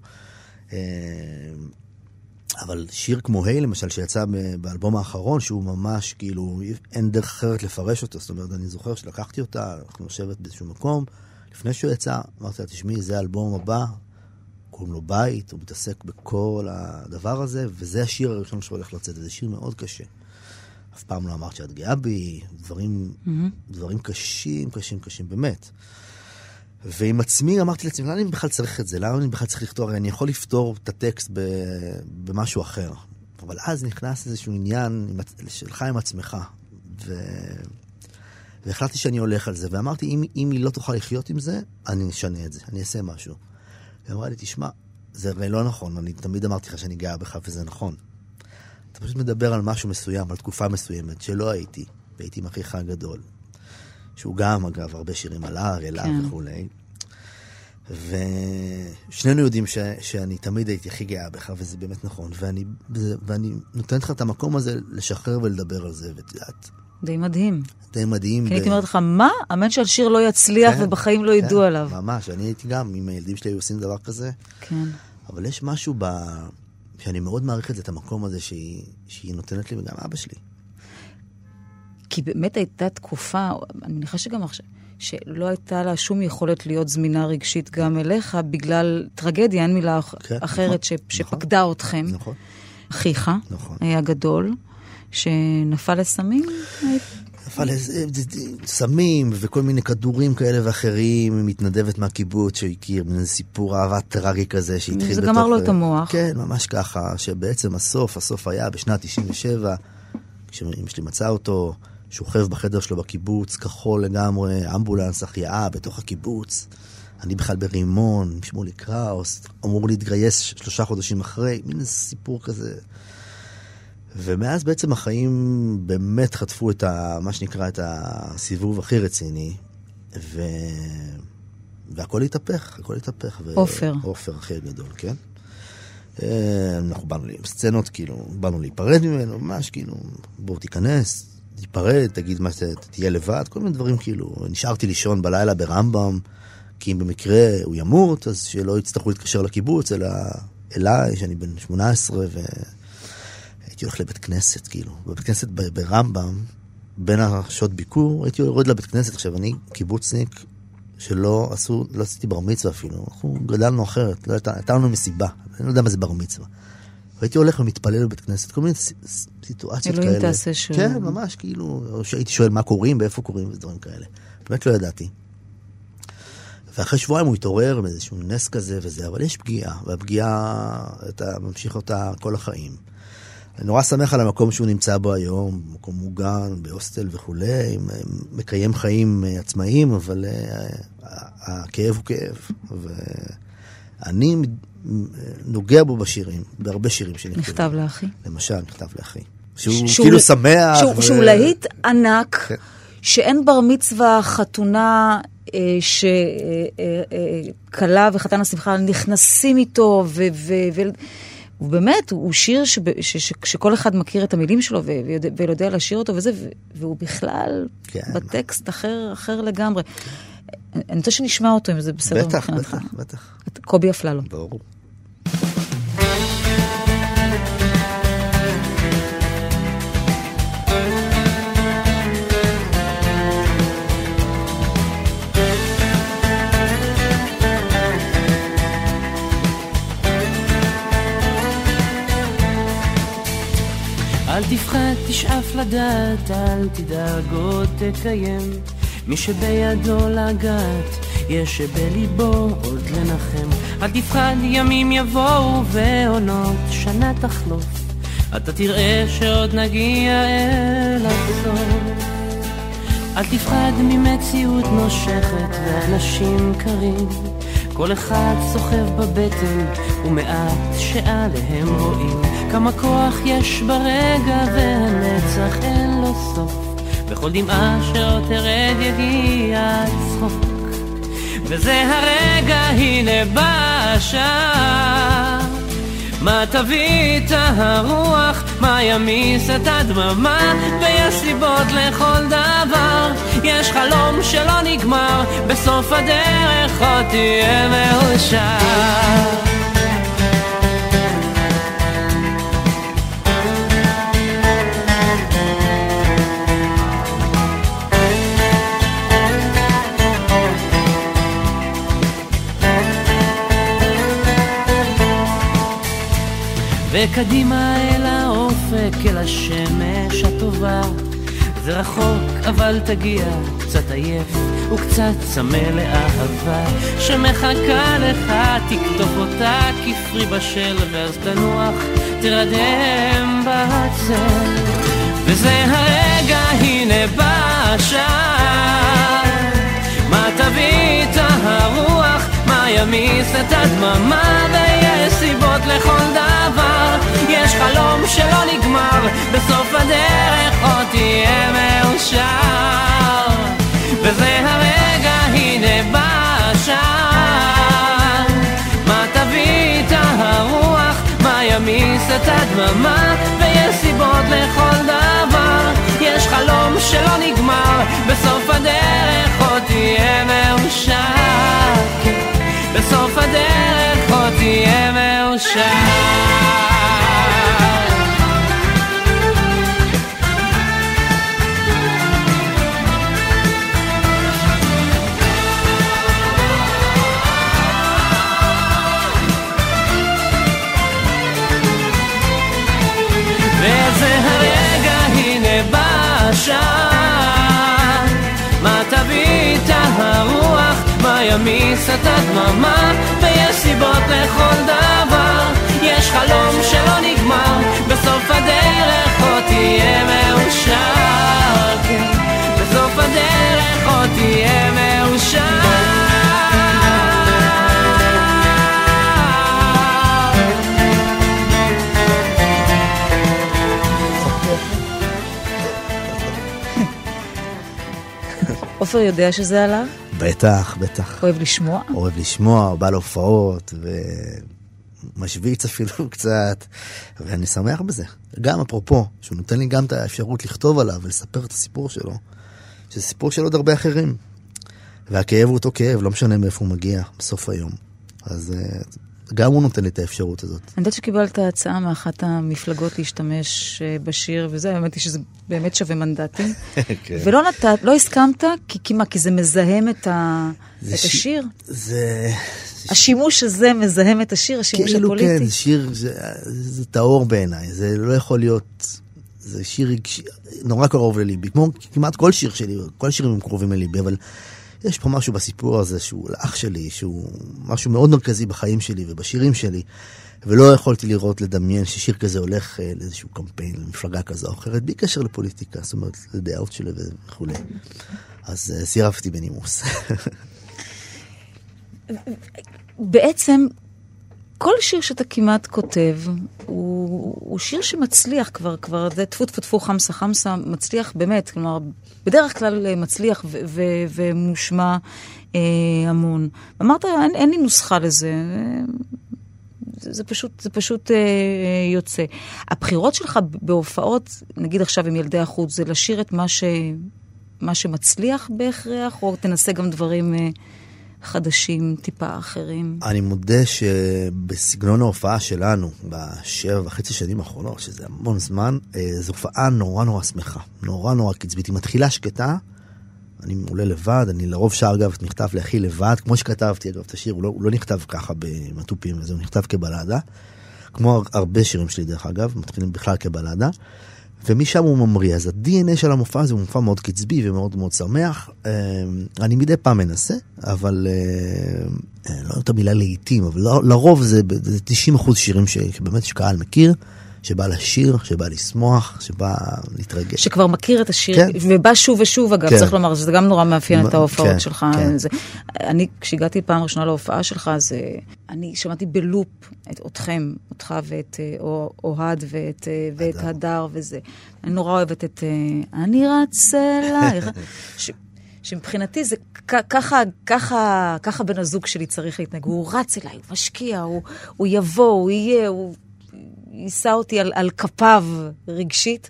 אבל שיר כמו היי, למשל, שיצא באלבום האחרון, שהוא ממש, כאילו, אין דרך אחרת לפרש אותו. זאת אומרת, אני זוכר שלקחתי אותה, אנחנו נושבת באיזשהו מקום, לפני שהוא יצא, אמרתי לה, תשמעי, זה האלבום הבא, קוראים לו בית, הוא מתעסק בכל הדבר הזה, וזה השיר הראשון שהולך לצאת, זה שיר מאוד קשה. אף פעם לא אמרת שאת גאה בי, דברים, mm-hmm. דברים קשים, קשים, קשים, באמת. ועם עצמי אמרתי לעצמי, למה אני בכלל צריך את זה? למה אני בכלל צריך לכתוב? אני יכול לפתור את הטקסט במשהו אחר. אבל אז נכנס איזשהו עניין שלך עם עצמך. ו... והחלטתי שאני הולך על זה. ואמרתי, אם, אם היא לא תוכל לחיות עם זה, אני אשנה את זה, אני אעשה משהו. ואמרה לי, תשמע, זה הרי לא נכון. אני תמיד אמרתי לך שאני גאה בך, וזה נכון. אתה פשוט מדבר על משהו מסוים, על תקופה מסוימת, שלא הייתי. והייתי עם אחיך הגדול. שהוא גם, אגב, הרבה שירים עליו, אליו כן. וכולי. ושנינו יודעים ש, שאני תמיד הייתי הכי גאה בך, וזה באמת נכון. ואני, ואני נותנת לך את המקום הזה לשחרר ולדבר על זה, ותדעת. די מדהים. די מדהים. כי ב... הייתי אומרת לך, מה? אמן שעל שיר לא יצליח כן, ובחיים לא ידעו כן, עליו. ממש, אני הייתי גם, אם הילדים שלי היו עושים דבר כזה. כן. אבל יש משהו ב... שאני מאוד מעריך את זה, את המקום הזה שהיא, שהיא נותנת לי, וגם אבא שלי. כי באמת הייתה תקופה, אני מניחה שגם עכשיו, שלא הייתה לה שום יכולת להיות זמינה רגשית גם אליך, בגלל טרגדיה, אין מילה כן, אחרת נכון, ש, נכון, שפקדה אתכם. נכון. אחיך, נכון. היה גדול, שנפל לסמים? נפל לסמים וכל מיני כדורים כאלה ואחרים, מתנדבת מהקיבוץ שהכיר, מן סיפור אהבה טרגי כזה שהתחיל בתוך... זה גמר לו את המוח. כן, ממש ככה, שבעצם הסוף, הסוף היה בשנת תשעים ושבע, כשאמא שלי מצא אותו, שוכב בחדר שלו בקיבוץ, כחול לגמרי, אמבולנס, החייאה בתוך הקיבוץ. אני בכלל ברימון, שמולי קראוס, אמור להתגייס שלושה חודשים אחרי, מין איזה סיפור כזה. ומאז בעצם החיים באמת חטפו את ה, מה שנקרא, את הסיבוב הכי רציני, ו... והכל התהפך, הכל התהפך. אופר. אופר הכי גדול, כן? אנחנו באנו לי עם סצנות, כאילו, באנו להיפרד ממנו, ממש, כאילו, בואו תיכנס, תיפרד, תגיד מה, תהיה לבד, כל מיני דברים, כאילו, נשארתי לישון בלילה ברמב"ם, כי אם במקרה הוא ימות, אז שלא יצטרכו להתקשר לקיבוץ, אלא אליי, שאני בן שמונה עשרה, והייתי הולך לבית כנסת, כאילו, בבית כנסת ברמב"ם, בין השעות ביקור, הייתי יורד לבית כנסת, עכשיו אני קיבוצניק, שלא עשו, לא עשיתי בר מצווה אפילו, אנחנו גדלנו אחרת, לא הייתה, הייתה לנו מסיבה, אני לא יודע מה זה בר מצווה. והייתי הולך ומתפלל בבית כנסת, כל מיני סיטואציות כאלה. אלוהים תעשה שום. כן, ממש, כאילו, או שהייתי שואל מה קוראים, באיפה קוראים, ודברים כאלה. באמת לא ידעתי. ואחרי שבועיים הוא התעורר מאיזשהו נס כזה וזה, אבל יש פגיעה, והפגיעה, אתה ממשיך אותה כל החיים. אני נורא שמח על המקום שהוא נמצא בו היום, מקום מוגן, בהוסטל וכולי, מקיים חיים עצמאיים, אבל הכאב הוא כאב. ואני נוגע בו בשירים, בהרבה שירים שנכתבו. נכתב לאחי? למשל, נכתב לאחי. שהוא כאילו שמח. שהוא להיט ענק, שאין בר מצווה, חתונה, שכלה וחתן השמחה נכנסים איתו, ובאמת, הוא שיר שב, ש, ש, שכל אחד מכיר את המילים שלו ויודע, ויודע לשיר אותו וזה, והוא בכלל כן. בטקסט אחר, אחר לגמרי. אני, אני רוצה שנשמע אותו, אם זה בסדר בטח, מבחינתך. בטח, בטח. קובי אפללו. ברור. אל תפחד, תשאף לדעת, אל תדאג עוד תקיים. מי שבידו לגעת, יש שבליבו עוד לנחם. אל תפחד, ימים יבואו ועונות שנה תחלוף. אתה תראה שעוד נגיע אל הסוף. אל תפחד ממציאות נושכת ואנשים קרים. כל אחד סוחב בבטן ומעט שעליהם רואים כמה כוח יש ברגע והנצח אין לו סוף. בכל דמעה שעוד תרד יגיע צחוק, וזה הרגע הנה בא השעה. מה תביא את הרוח, מה ימיס את הדממה, ויש סיבות לכל דבר. יש חלום שלא נגמר, בסוף הדרך עוד תהיה מאושר. וקדימה אל האופק, אל השמש הטובה. זה רחוק אבל תגיע, קצת עייף וקצת צמא לאהבה שמחכה לך, תקטוף אותה כפרי בשל, ואז תנוח, תרדם בצל. וזה הרגע הנה בא השעה. מה תביא את הרוח, מה ימיס את הדממה, ויש סיבות לכל דבר. יש חלום שלא נגמר, בסוף הדרך עוד תהיה מאושר. וזה הרגע הנה בא השעה. מה תביא את הרוח, מה ימיס את הדממה, ויש סיבות לכל דבר. יש חלום שלא נגמר, בסוף הדרך עוד תהיה מאושר. בסוף הדרך עוד תהיה מאושר. וזה הרגע הנה בא השעה. מה תביא את הרוח, מה ימיס את הדממה, ויש סיבות לכל דבר. יש חלום שלא נגמר, בסוף הדרך עוד תהיה מאושר. בסוף הדרך עוד תהיה מאושר. עופר יודע שזה עליו? בטח, בטח. אוהב לשמוע? אוהב לשמוע, בא להופעות, ומשוויץ אפילו קצת, ואני שמח בזה. גם אפרופו, שהוא נותן לי גם את האפשרות לכתוב עליו ולספר את הסיפור שלו, שזה סיפור של עוד הרבה אחרים. והכאב הוא אותו כאב, לא משנה מאיפה הוא מגיע בסוף היום. אז גם הוא נותן לי את האפשרות הזאת. אני יודעת שקיבלת הצעה מאחת המפלגות להשתמש בשיר, וזה, האמת היא שזה באמת שווה מנדטים. ולא נתת, לא הסכמת, כי מה, כי זה מזהם את השיר? זה... השימוש הזה מזהם את השיר, השימוש הפוליטי? כאילו כן, זה שיר, זה טהור בעיניי, זה לא יכול להיות, זה שיר נורא קרוב לליבי, כמו כמעט כל שיר שלי, כל שירים הם קרובים לליבי, אבל יש פה משהו בסיפור הזה שהוא לאח שלי, שהוא משהו מאוד מרכזי בחיים שלי ובשירים שלי, ולא יכולתי לראות, לדמיין ששיר כזה הולך לאיזשהו קמפיין, למפלגה כזו או אחרת, בלי קשר לפוליטיקה, זאת אומרת, לדעות שלי וכו'. אז סירבתי בנימוס. בעצם, כל שיר שאתה כמעט כותב, הוא, הוא שיר שמצליח כבר, כבר זה תפו תפו תפו חמסה חמסה, מצליח באמת, כלומר, בדרך כלל מצליח ו- ו- ומושמע אה, המון. אמרת, אין, אין לי נוסחה לזה. זה פשוט, זה פשוט אה, יוצא. הבחירות שלך בהופעות, נגיד עכשיו עם ילדי החוץ, זה לשיר את מה, ש, מה שמצליח בהכרח, או תנסה גם דברים אה, חדשים, טיפה אחרים? אני מודה שבסגנון ההופעה שלנו, בשבע וחצי שנים האחרונות, שזה המון זמן, זו הופעה נורא נורא שמחה, נורא נורא קצבית. היא מתחילה שקטה, אני עולה לבד, אני לרוב שר אגב נכתב להכי לבד, כמו שכתבתי אגב את השיר, הוא לא, הוא לא נכתב ככה במטופים וזה, הוא נכתב כבלדה, כמו הרבה שירים שלי דרך אגב, מתחילים בכלל כבלדה, ומשם הוא ממריא. אז ה-די אן איי של המופע הזה הוא מופע מאוד קצבי ומאוד מאוד שמח. אני מדי פעם מנסה, אבל לא יודע את המילה לעיתים, אבל לרוב זה תשעים אחוז שירים שבאמת שקהל מכיר, שבא לשיר, שבא לשמוח, שבא להתרגש. שכבר מכיר את השיר, כן. ובא שוב ושוב אגב, כן. צריך לומר, שזה גם נורא מאפיין את ההופעות כן, שלך. כן. זה, אני, כשהגעתי פעם ראשונה להופעה שלך, זה, אני שמעתי בלופ את אתכם, אותך ואת אוהד ואת, ואת הדר וזה. אני נורא אוהבת את אני רץ אליי. ש... שמבחינתי זה ככה, ככה, ככה בן הזוג שלי צריך להתנהג. הוא רץ אליי, הוא משקיע, הוא, הוא יבוא, הוא יהיה, הוא... ייסע אותי על, על כפיו רגשית,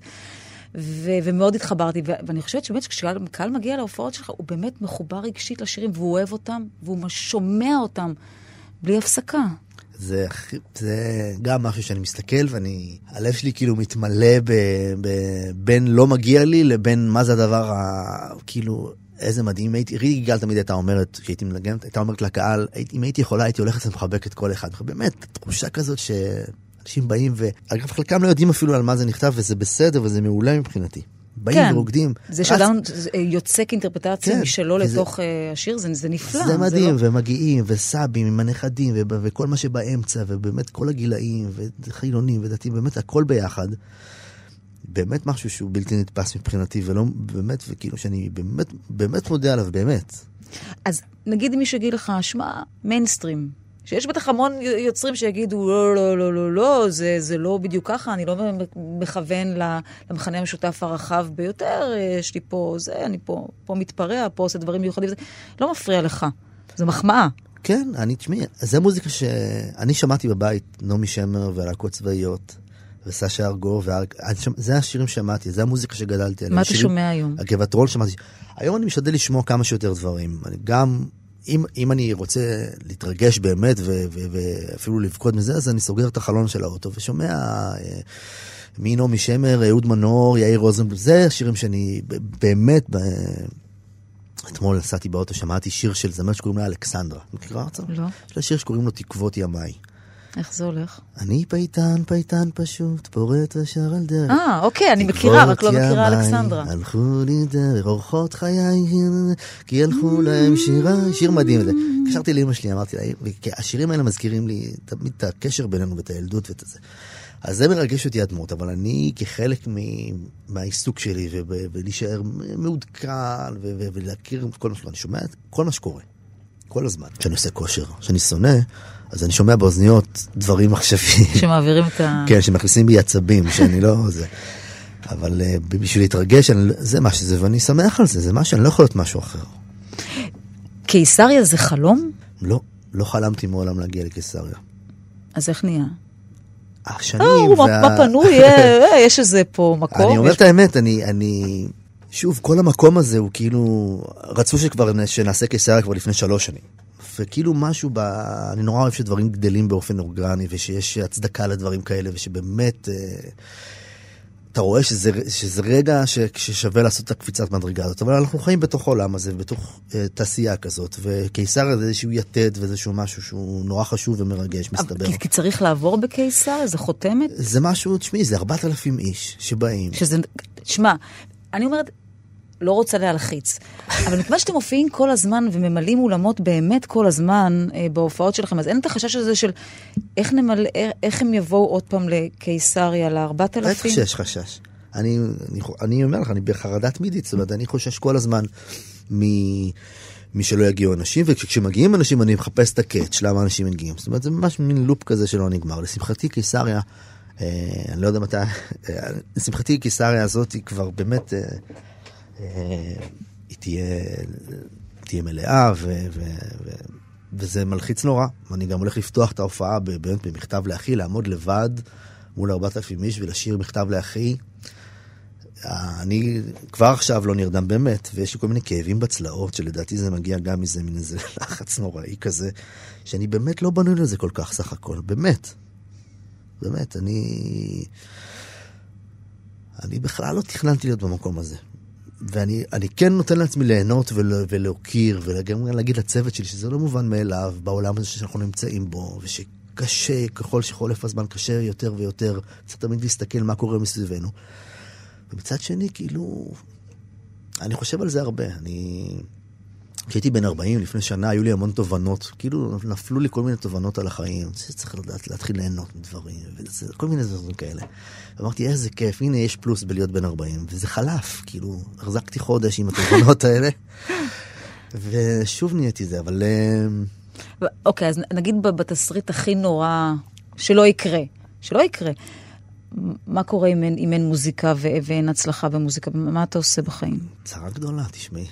ו, ומאוד התחברתי. ו, ואני חושבת שבאמת כשקהל מגיע להופעות שלך, הוא באמת מחובר רגשית לשירים, והוא אוהב אותם, והוא שומע אותם בלי הפסקה. זה, זה גם משהו שאני מסתכל, ואני, הלב שלי כאילו מתמלא ב, ב, בין לא מגיע לי, לבין מה זה הדבר, ה, כאילו, איזה מדהים. הייתי, רידי גיגל תמיד הייתה אומרת, שהייתי מנגנת, הייתה אומרת לקהל, אם הייתי יכולה, הייתי הולכת ומחבק את כל אחד. באמת, תחושה כזאת ש... אנשים באים, ואגב, חלקם לא יודעים אפילו על מה זה נכתב, וזה בסדר, וזה מעולה מבחינתי. באים כן. ורוקדים. זה שאדם יוצא כאינטרפרטציה כן. משלו וזה, לתוך השיר, זה, זה נפלא. זה מדהים, זה לא... ומגיעים, וסבים, עם הנכדים, ו- וכל מה שבאמצע, ובאמת כל הגילאים, וחילונים, ודתיים, באמת הכל ביחד. באמת משהו שהוא בלתי נתפס מבחינתי, ולא באמת, וכאילו שאני באמת, באמת מודה עליו, באמת. אז נגיד אם מישהו יגיד לך, שמה, מיינסטרים, שיש בטח המון יוצרים שיגידו, לא, לא, לא, לא, לא, זה, זה לא בדיוק ככה, אני לא מכוון למחנה המשותף הרחב ביותר, יש לי פה זה, אני פה, פה מתפרע, פה עושה דברים מיוחדים, זה לא מפריע לך, זה מחמאה. כן, אני תשמעי, זה מוזיקה שאני שמעתי בבית, נעמי שמר ולהקות צבאיות, וסשה ארגוב, זה השירים שמעתי, זה המוזיקה שגדלתי עליה. מה אתה שומע היום? הגבעת רול שמעתי. היום אני משתדל לשמוע כמה שיותר דברים, אני גם... אם, אם אני רוצה להתרגש באמת ו, ו, ואפילו לבכות מזה, אז אני סוגר את החלון של האוטו ושומע אה, מינו משמר, אהוד מנור, יאיר רוזנבלום, זה שירים שאני באמת, ב... אתמול נסעתי באוטו, שמעתי שיר של זמר שקוראים לה אלכסנדרה. מכירה אותה? לא. יש לה שיר שקוראים לו תקוות ימיי. איך זה הולך? אני פייטן, פייטן פשוט, פורט ושר על דרך. אה, אוקיי, אני מכירה, רק לא מכירה אלכסנדרה. הלכו לי דרך, אורחות חיי, כי הלכו להם שירה, שיר מדהים. קשרתי לאמא שלי, אמרתי לה, השירים האלה מזכירים לי תמיד את הקשר בינינו ואת הילדות ואת זה. אז זה מרגש אותי הדמות, אבל אני כחלק מהעיסוק שלי, ולהישאר מעודכן, ולהכיר כל מה שקורה, אני שומע כל מה שקורה, כל הזמן. כשאני עושה כושר, כשאני שונא, אז אני שומע באוזניות דברים מחשבים. שמעבירים את ה... כן, שמכניסים בי עצבים, שאני לא... זה. אבל uh, בשביל להתרגש, אני, זה מה שזה, ואני שמח על זה, זה מה שאני לא יכול להיות משהו אחר. קיסריה זה חלום? לא, לא חלמתי מעולם להגיע לקיסריה. אז איך נהיה? השנים וה... מה פנוי, יש איזה פה מקום. אני אומר את האמת, אני... אני... שוב, כל המקום הזה הוא כאילו... רצו שכבר שנעשה קיסריה כבר לפני שלוש שנים. וכאילו משהו, ב... אני נורא אוהב שדברים גדלים באופן אורגני, ושיש הצדקה לדברים כאלה, ושבאמת, אה, אתה רואה שזה, שזה רגע ש... ששווה לעשות את הקפיצת מדרגה הזאת, אבל אנחנו חיים בתוך העולם הזה, בתוך אה, תעשייה כזאת, וקיסריה זה איזשהו יתד, ואיזשהו משהו שהוא נורא חשוב ומרגש, מסתבר. כי, כי צריך לעבור בקיסריה, זה חותמת? זה משהו, תשמעי, זה ארבעת אלפים איש שבאים. שזה, תשמע, אני אומרת, לא רוצה להלחיץ. אבל מכיוון שאתם מופיעים כל הזמן וממלאים אולמות באמת כל הזמן אה, בהופעות שלכם, אז אין את החשש הזה של איך, נמל... איך הם יבואו עוד פעם לקיסריה, לארבעת אלפים? איך שיש חשש? אני, אני, אני אומר לך, אני בחרדה תמידית, זאת אומרת, אני חושש כל הזמן מ... מי שלא יגיעו אנשים, וכשמגיעים אנשים אני מחפש את הקאץ' למה אנשים מגיעים. זאת אומרת, זה ממש מין לופ כזה שלא נגמר. לשמחתי קיסריה, אה, אני לא יודע מתי, אה, לשמחתי קיסריה הזאת היא כבר באמת... אה, היא תהיה, תהיה מלאה, וזה מלחיץ נורא. אני גם הולך לפתוח את ההופעה באמת במכתב לאחי, לעמוד לבד מול ארבעת אלפים איש ולשיר מכתב לאחי. אני כבר עכשיו לא נרדם באמת, ויש לי כל מיני כאבים בצלעות, שלדעתי זה מגיע גם מזה, מן איזה לחץ נוראי כזה, שאני באמת לא בנוי לזה כל כך סך הכל, באמת. באמת, אני... אני בכלל לא תכננתי להיות במקום הזה. ואני אני כן נותן לעצמי ליהנות ולהוקיר, וגם להגיד לצוות שלי שזה לא מובן מאליו, בעולם הזה שאנחנו נמצאים בו, ושקשה, ככל שחולף הזמן, קשה יותר ויותר, צריך תמיד להסתכל מה קורה מסביבנו. ומצד שני, כאילו, אני חושב על זה הרבה. אני... כשהייתי בן ארבעים, לפני שנה, היו לי המון תובנות. כאילו, נפלו לי כל מיני תובנות על החיים. צריך לדעת, להתחיל ליהנות מדברים, וזה, כל מיני דברים כאלה. ואמרתי, איזה כיף, הנה יש פלוס בלהיות בן ארבעים. וזה חלף, כאילו, החזקתי חודש עם התובנות האלה. ושוב נהייתי זה, אבל... אוקיי, אז נגיד בתסריט הכי נורא, שלא יקרה. שלא יקרה. מה קורה אם אין, אם אין מוזיקה ו- ואין הצלחה במוזיקה? מה אתה עושה בחיים? צרה גדולה, תשמעי.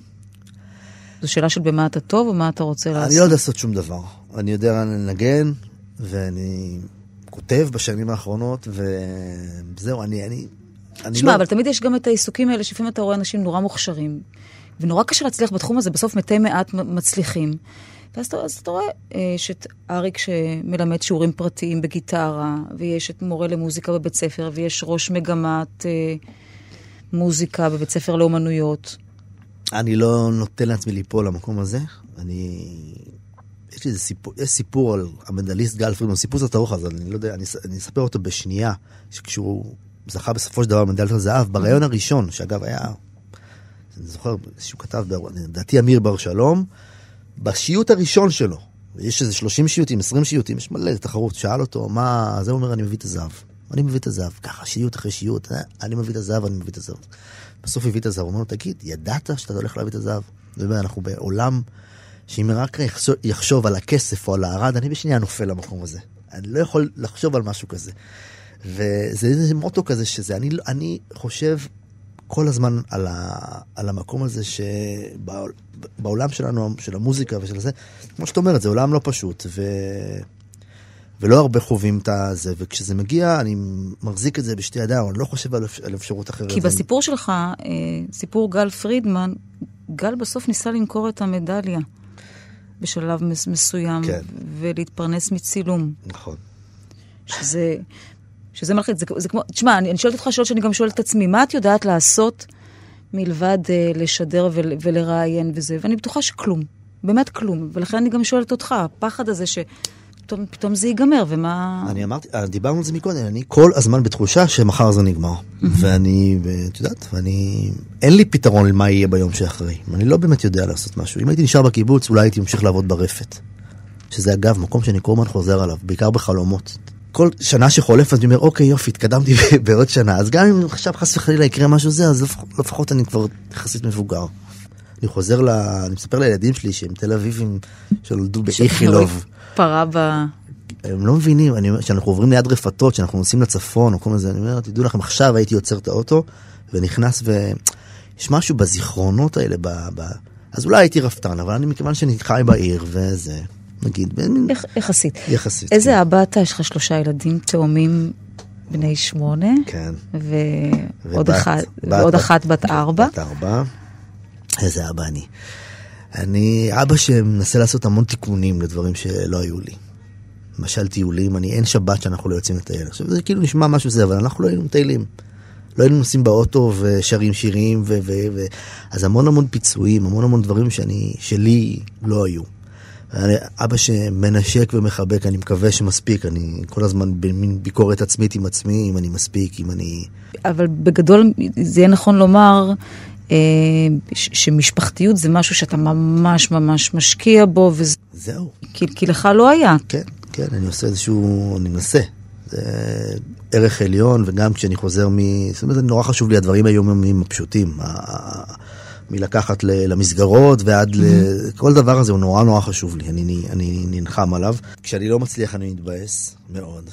זו שאלה של במה אתה טוב או מה אתה רוצה לעשות? אני לא יודע לעשות שום דבר. אני יודע לנגן, ואני כותב בשנים האחרונות, וזהו, אני... אני, אני שמה, לא... אבל תמיד יש גם את העיסוקים האלה, שפעמים אתה רואה אנשים נורא מוכשרים, ונורא קשה להצליח בתחום הזה, בסוף מתי מעט מצליחים. ואז אתה, אז אתה רואה, יש את אריק שמלמד שיעורים פרטיים בגיטרה, ויש את מורה למוזיקה בבית ספר, ויש ראש מגמת אה, מוזיקה בבית ספר לאומנויות. אני לא נותן לעצמי ליפול למקום הזה. אני... יש לי איזה סיפור, יש סיפור על המדליסט גל פרידמן, סיפור קצת ארוך, אז אני לא יודע, אני, אני אספר אותו בשנייה, שכשהוא זכה בסופו של דבר מדליית הזהב, ברעיון הראשון, שאגב היה, אני זוכר שהוא כתב, לדעתי אמיר בר שלום, בשיוט הראשון שלו, יש איזה שלושים שיוטים, עשרים שיוטים, יש מלא תחרות, שאל אותו, מה, זה אומר, אני מביא את הזהב. אני מביא את הזהב, ככה, שיוט אחרי שיוט, אה? אני מביא את הזהב, אני מביא את הזהב. בסוף הביא את הזהב, הוא אומר לו, תגיד, ידעת שאתה הולך להביא את הזהב? ובאמת, אנחנו בעולם שאם רק יחשוב, יחשוב על הכסף או על הערד, אני בשנייה נופל למקום הזה. אני לא יכול לחשוב על משהו כזה. וזה איזה מוטו כזה שזה, אני, אני חושב כל הזמן על, ה, על המקום הזה שבעולם שלנו, של המוזיקה ושל זה, כמו שאת אומרת, זה עולם לא פשוט, ו... ולא הרבה חווים את זה, וכשזה מגיע, אני מחזיק את זה בשתי ידיים, אני לא חושב על, על אפשרות אחרת. כי בסיפור שלך, סיפור גל פרידמן, גל בסוף ניסה למכור את המדליה, בשלב מסוים, כן. ולהתפרנס מצילום. נכון. שזה... שזה מלחיץ, זה, זה כמו, תשמע, אני, אני שואלת אותך שאלות שאני גם שואלת את עצמי, מה את יודעת לעשות מלבד uh, לשדר ול, ולראיין וזה, ואני בטוחה שכלום, באמת כלום, ולכן אני גם שואלת אותך, הפחד הזה שפתאום פתאום זה ייגמר, ומה... אני אמרתי, דיברנו על זה מקודם, אני כל הזמן בתחושה שמחר זה נגמר, mm-hmm. ואני, את יודעת, ואני, אין לי פתרון למה יהיה ביום שאחרי, אני לא באמת יודע לעשות משהו, אם הייתי נשאר בקיבוץ, אולי הייתי ממשיך לעבוד ברפת, שזה אגב מקום שאני כל הזמן חוזר עליו, בעיקר בחלומות. כל שנה שחולפת, אני אומר, אוקיי, יופי, התקדמתי בעוד שנה. אז גם אם עכשיו חס וחלילה יקרה משהו זה, אז לפחות אני כבר יחסית מבוגר. אני חוזר ל... אני מספר לילדים שלי שהם תל אביבים שנולדו באיכילוב. פרה ב... הם לא מבינים, אני אומר, שאנחנו עוברים ליד רפתות, שאנחנו נוסעים לצפון, או כל מיני זה, אני אומר, תדעו לכם, עכשיו הייתי יוצר את האוטו, ונכנס ו... יש משהו בזיכרונות האלה, ב... ב... אז אולי הייתי רפתן, אבל אני מכיוון שאני חי בעיר, וזה... נגיד, בין... יחסית. יחסית. איזה כן. אבא אתה? יש לך שלושה ילדים תאומים בני שמונה. כן. ועוד אחד, ועוד אחת בת ארבע. בת ארבע. איזה אבא אני. אני אבא שמנסה לעשות המון תיקונים לדברים שלא היו לי. למשל טיולים, אני אין שבת שאנחנו לא יוצאים לטייל. עכשיו זה כאילו נשמע משהו זה, אבל אנחנו לא היינו מטיילים. לא היינו נוסעים באוטו ושרים שירים ו... ו... ו... אז המון המון פיצויים, המון המון דברים שאני, שלי לא היו. אבא שמנשק ומחבק, אני מקווה שמספיק, אני כל הזמן במין ביקורת עצמית עם עצמי, אם אני מספיק, אם אני... אבל בגדול זה יהיה נכון לומר אה, שמשפחתיות זה משהו שאתה ממש ממש משקיע בו, וזה... זהו. כי, כי לך לא היה. כן, כן, אני עושה איזשהו, אני מנסה. זה ערך עליון, וגם כשאני חוזר מ... זאת אומרת, זה נורא חשוב לי, הדברים היומיומיים הפשוטים, מלקחת למסגרות ועד ל... כל דבר הזה הוא נורא נורא חשוב לי, אני, אני ננחם עליו. כשאני לא מצליח אני מתבאס מאוד.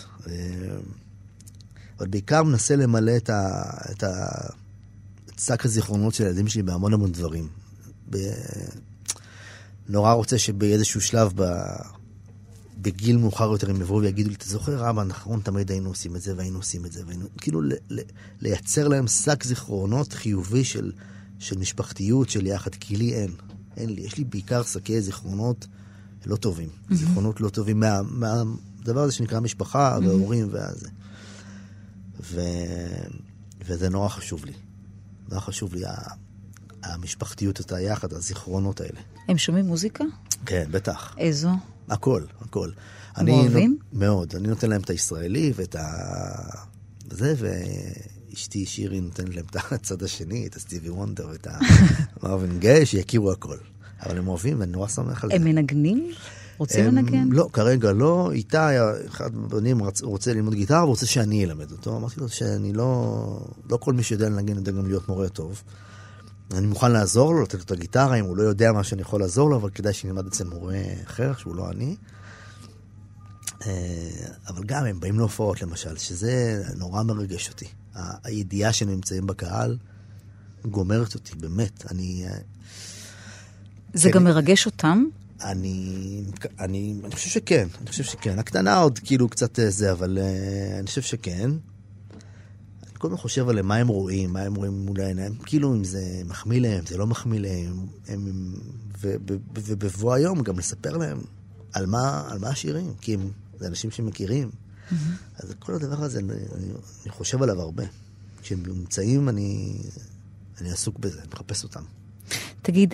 אבל בעיקר מנסה למלא את ה... את ה... את שק הזיכרונות של הילדים שלי בהמון המון דברים. ב... נורא רוצה שבאיזשהו שלב ב... בגיל מאוחר יותר הם יבואו ויגידו לי, אתה זוכר, אבא, נכון, תמיד היינו עושים את זה, והיינו עושים את זה, והיינו... כאילו ל... ל... לייצר להם שק זיכרונות חיובי של, של משפחתיות, של יחד, כי לי אין. אין לי. יש לי בעיקר שקי זיכרונות לא טובים. Mm-hmm. זיכרונות לא טובים מה... מהדבר הזה שנקרא משפחה, mm-hmm. וההורים והזה. ו... וזה נורא חשוב לי. נורא חשוב לי המשפחתיות, את היחד, הזיכרונות האלה. הם שומעים מוזיקה? כן, בטח. איזו? הכל, הכל. הם אוהבים? מאוד. אני נותן להם את הישראלי ואת ה... זה, ואשתי שירי נותנת להם את הצד השני, את הסטיבי וונדר ואת המרווין גיי, שיכירו הכל. אבל הם אוהבים ואני נורא שמח על זה. הם מנגנים? רוצים לנגן? לא, כרגע לא. איתה, אחד בנים רוצה ללמוד גיטרה, ורוצה שאני אלמד אותו. אמרתי לו שאני לא... לא כל מי שיודע לנגן יודע גם להיות מורה טוב. אני מוכן לעזור לו, לתת לו את הגיטרה, אם הוא לא יודע מה שאני יכול לעזור לו, אבל כדאי שנלמד אצל מורה אחר, שהוא לא אני. אבל גם הם באים להופעות, למשל, שזה נורא מרגש אותי. הידיעה שהם נמצאים בקהל גומרת אותי, באמת. אני... זה גם מרגש אותם? אני, אני, אני חושב שכן, אני חושב שכן. הקטנה עוד כאילו קצת זה, אבל אני חושב שכן. אני כל הזמן חושב עליהם, מה הם רואים, מה הם רואים מול העיניים, כאילו אם זה מחמיא להם, זה לא מחמיא להם, הם, ובבוא היום גם לספר להם על מה, על מה השירים, כי הם, זה אנשים שמכירים. Mm-hmm. אז כל הדבר הזה, אני, אני חושב עליו הרבה. כשהם נמצאים, אני, אני עסוק בזה, אני מחפש אותם. תגיד,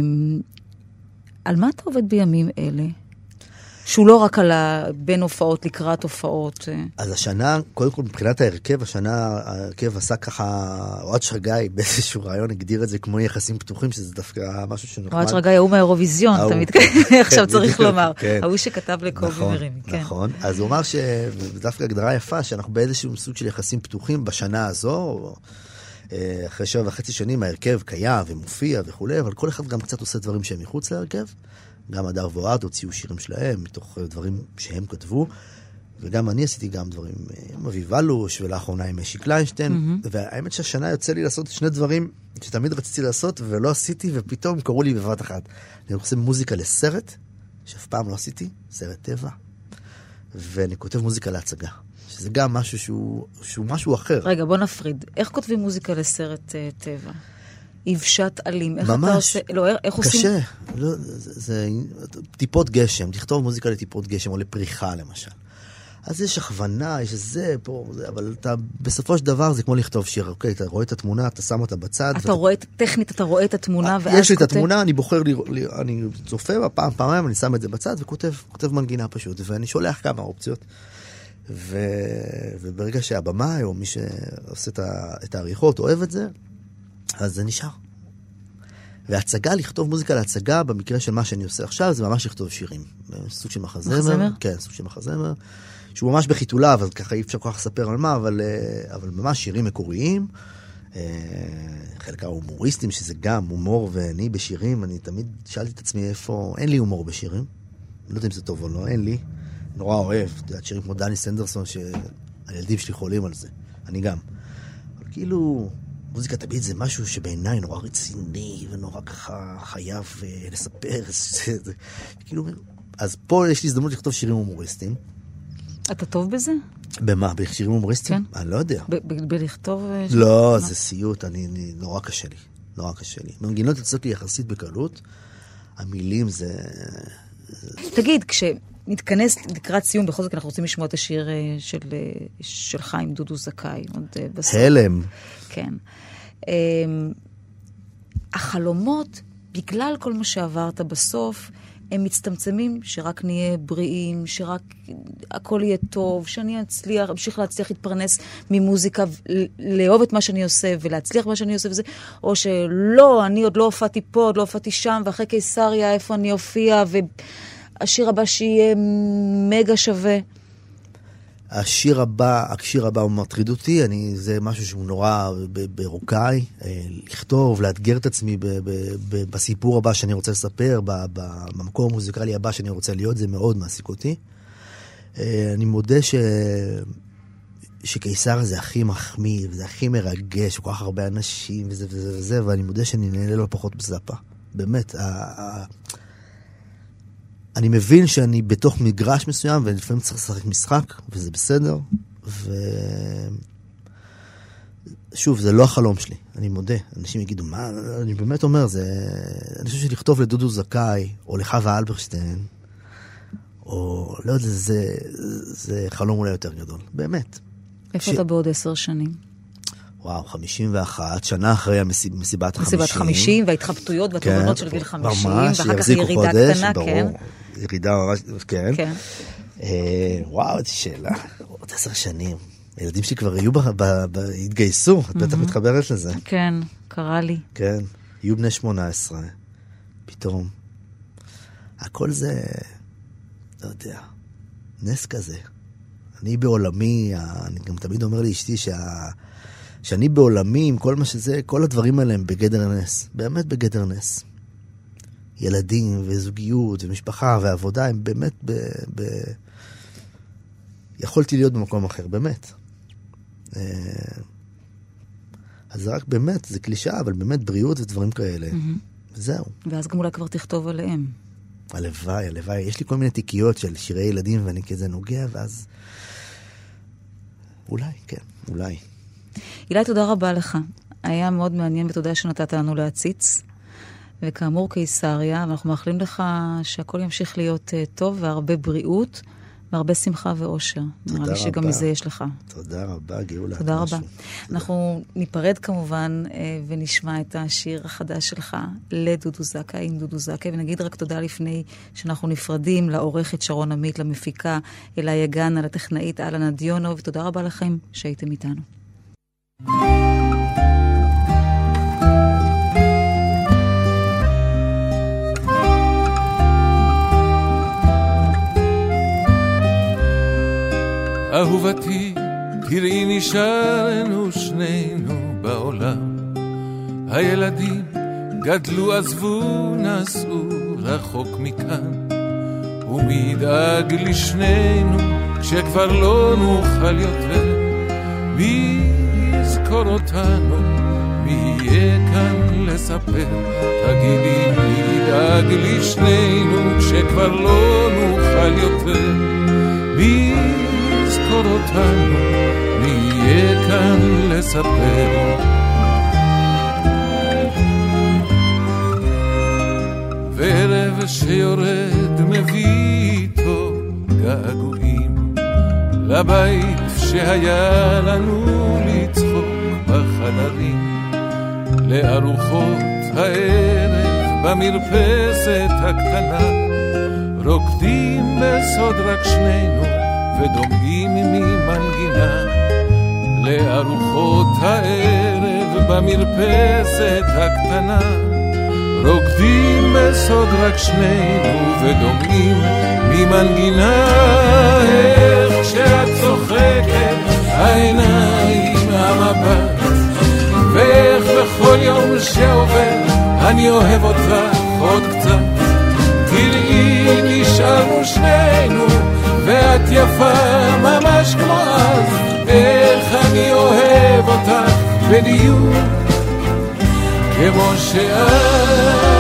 על מה אתה עובד בימים אלה? שהוא לא רק על בין הופעות לקראת הופעות. אז השנה, קודם כל מבחינת ההרכב, השנה ההרכב עשה ככה, אוהד שרגאי באיזשהו רעיון הגדיר את זה כמו יחסים פתוחים, שזה דווקא משהו שנחמד. אוהד שרגאי הוא מהאירוויזיון, תמיד עכשיו צריך לומר. ההוא שכתב לקובי מרימי. נכון, אז הוא אמר שדווקא הגדרה יפה, שאנחנו באיזשהו סוג של יחסים פתוחים בשנה הזו, אחרי שבע וחצי שנים ההרכב קיים ומופיע וכו', אבל כל אחד גם קצת עושה דברים שהם מחוץ להרכב. גם הדר ואוהד הוציאו שירים שלהם מתוך דברים שהם כתבו, וגם אני עשיתי גם דברים עם אביב אלוש, ולאחרונה עם משי קליינשטיין, mm-hmm. והאמת שהשנה יוצא לי לעשות שני דברים שתמיד רציתי לעשות ולא עשיתי, ופתאום קראו לי בבת אחת. אני עושה מוזיקה לסרט, שאף פעם לא עשיתי, סרט טבע, ואני כותב מוזיקה להצגה, שזה גם משהו שהוא, שהוא משהו אחר. רגע, בוא נפריד. איך כותבים מוזיקה לסרט uh, טבע? יבשת אלים. איך ממש. אתה עושה, לא, איך קשה. עושים? לא, זה, זה, טיפות גשם, תכתוב מוזיקה לטיפות גשם, או לפריחה למשל. אז יש הכוונה, יש זה, פה, זה, אבל אתה, בסופו של דבר זה כמו לכתוב שיר, אוקיי, אתה רואה את התמונה, אתה שם אותה בצד. אתה ואתה... רואה, טכנית, אתה רואה את התמונה, ואז כותב. יש לי את התמונה, אני בוחר, לי, לי, אני צופה, פעם, פעמיים, אני שם את זה בצד, וכותב, כותב מנגינה פשוט, ואני שולח כמה אופציות. ו... וברגע שהבמה, או מי שעושה את העריכות, אוהב את זה, אז זה נשאר. והצגה, לכתוב מוזיקה להצגה, במקרה של מה שאני עושה עכשיו, זה ממש לכתוב שירים. סוג של מחזמר. מחזמר? כן, סוג של מחזמר. שהוא ממש בחיתוליו, אז ככה אי אפשר כל כך לספר על מה, אבל, אבל ממש שירים מקוריים. חלקם הומוריסטים, שזה גם הומור, ואני בשירים, אני תמיד שאלתי את עצמי איפה, אין לי הומור בשירים. לא יודע אם זה טוב או לא, אין לי. נורא אוהב. אתה יודע, שירים כמו דני סנדרסון, שהילדים שלי חולים על זה. אני גם. אבל כאילו... מוזיקה תמיד זה משהו שבעיניי נורא רציני, ונורא ככה חייב לספר. כאילו, אז פה יש לי הזדמנות לכתוב שירים הומוריסטיים. אתה טוב בזה? במה? בשירים הומוריסטיים? כן. אני לא יודע. בלכתוב... לא, זה סיוט, אני נורא קשה לי. נורא קשה לי. מנגינות יוצאות לי יחסית בקלות. המילים זה... תגיד, כשנתכנס לקראת סיום, בכל זאת אנחנו רוצים לשמוע את השיר של, של חיים דודו זכאי. הלם. כן. החלומות, בגלל כל מה שעברת בסוף, הם מצטמצמים שרק נהיה בריאים, שרק הכל יהיה טוב, שאני אצליח, אמשיך להצליח להתפרנס ממוזיקה, לאהוב את מה שאני עושה ולהצליח מה שאני עושה וזה, או שלא, אני עוד לא הופעתי פה, עוד לא הופעתי שם, ואחרי קיסריה, איפה אני הופיע, והשיר הבא שיהיה מגה שווה. השיר הבא, השיר הבא הוא מטריד אותי, אני, זה משהו שהוא נורא ברוקאי, לכתוב, לאתגר את עצמי ב, ב, ב, בסיפור הבא שאני רוצה לספר, ב, ב, במקום המוזיקלי הבא שאני רוצה להיות, זה מאוד מעסיק אותי. אני מודה ש, שקיסר זה הכי מחמיא, וזה הכי מרגש, וכל כך הרבה אנשים, וזה וזה וזה, ואני מודה שאני נהנה לא פחות בזאפה. באמת, ה, ה, אני מבין שאני בתוך מגרש מסוים, ולפעמים צריך לשחק משחק, וזה בסדר, ו... שוב, זה לא החלום שלי, אני מודה. אנשים יגידו, מה, אני באמת אומר, זה... אני חושב שלכתוב לדודו זכאי, או לחווה אלברשטיין, או לא יודע, זה, זה חלום אולי יותר גדול, באמת. איפה ש... אתה בעוד עשר שנים? וואו, חמישים ואחת, שנה אחרי המסיב, מסיבת החמישים. מסיבת חמישים, וההתחבטויות והתובנות כן, של גיל חמישים, ממש, ואחר כך יחזיקו ירידה חודש, קטנה, ברור, כן. ירידה ממש, כן. כן. אה, וואו, איזו שאלה, עוד עשר שנים. הילדים שלי כבר יהיו, התגייסו, את בטח מתחברת לזה. כן, קרה לי. כן, יהיו בני שמונה עשרה, פתאום. הכל זה, לא יודע, נס כזה. אני בעולמי, אני גם תמיד אומר לאשתי שה... שאני בעולמי עם כל מה שזה, כל הדברים האלה הם בגדר נס. באמת בגדר נס. ילדים וזוגיות ומשפחה ועבודה הם באמת ב... ב... יכולתי להיות במקום אחר, באמת. אז זה רק באמת, זה קלישה, אבל באמת בריאות ודברים כאלה. וזהו. ואז גם אולי כבר תכתוב עליהם. הלוואי, הלוואי. יש לי כל מיני תיקיות של שירי ילדים, ואני כזה נוגע, ואז... אולי, כן, אולי. אילי, תודה רבה לך. היה מאוד מעניין, ותודה שנתת לנו להציץ. וכאמור, קיסריה, אנחנו מאחלים לך שהכל ימשיך להיות טוב, והרבה בריאות, והרבה שמחה ואושר. נראה לי שגם מזה יש לך. תודה רבה, גאולה. תודה רבה. אנחנו ניפרד כמובן ונשמע את השיר החדש שלך לדודו זכאי עם דודו זכאי, ונגיד רק תודה לפני שאנחנו נפרדים לעורכת שרון עמית, למפיקה אלה יגן, לטכנאית אלנה דיונו, ותודה רבה לכם שהייתם איתנו. אהובתי, תראי נשארנו שנינו בעולם. הילדים גדלו, עזבו, נסעו רחוק מכאן. ומי ידאג לשנינו כשכבר לא נוכל יותר? מי יזכור אותנו? מי יהיה כאן לספר? תגידי, מי ידאג לשנינו כשכבר לא נוכל יותר? מי יזכור אותנו? מי יהיה כאן לספר? וערב שיורד מביא איתו געגועים לבית שהיה לנו לצחוק בחדרים, לארוחות הערב במרפסת הקטנה, רוקדים בסוד רק שנינו ודומעים ממנגינה. לארוחות הערב במרפסת הקטנה, רוקדים בסוד רק שנינו ודומעים ממנגינה. איך שאת צוחקת העיניים המבט, ואיך בכל יום שעובר אני אוהב אותך עוד קצת. תראי נשארנו שנינו ואת יפה ממש כמו אז, איך אני אוהב אותך בדיוק כמו שאת.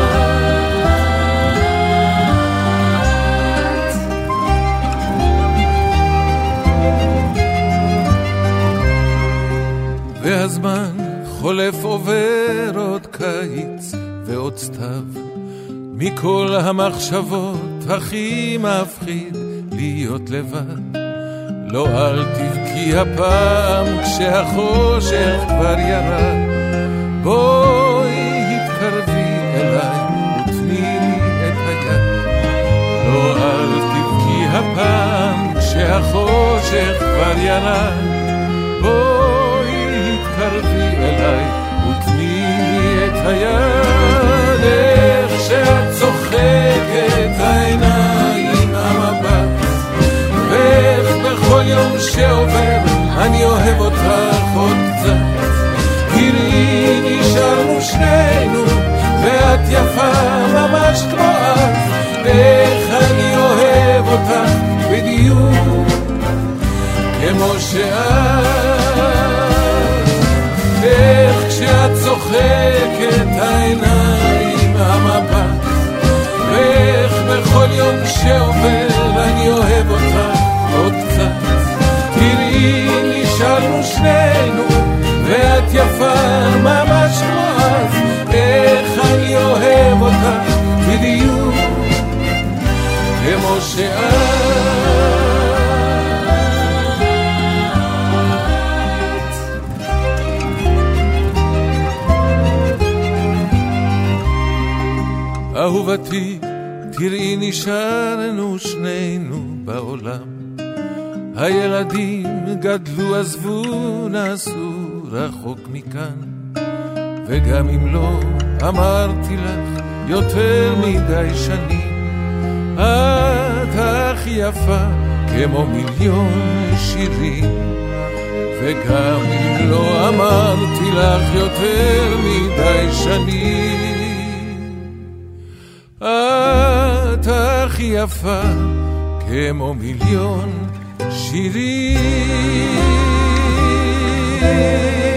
והזמן חולף עובר עוד קיץ ועוד סתיו, מכל המחשבות הכי מפחיד להיות לבד. לא אל תבכי הפעם כשהחושך כבר ירד, בואי התקרבי אליי ותני לי את היד. לא אל תבכי הפעם כשהחושך כבר ירד, בואי התקרבי אליי ותני לי את היד. איך שאת צוחקת העיניים המבט, ואיך בכל יום שעובר אני אוהב אותך עוד קצת. תראי נשארנו שנינו ואת יפה ממש כמו אז, איך אני אוהב אותך בדיוק כמו שאת. איך כשאת צוחקת העיניים המבט, ואיך בכל יום אהובתי, תראי נשארנו שנינו בעולם, הילדים גדלו עזבו נסו רחוק מכאן, וגם אם לא אמרתי לך יותר מדי שנים, את הכי יפה כמו מיליון שירים, וגם אם לא אמרתי לך יותר מדי שנים, את הכי יפה כמו מיליון שירים.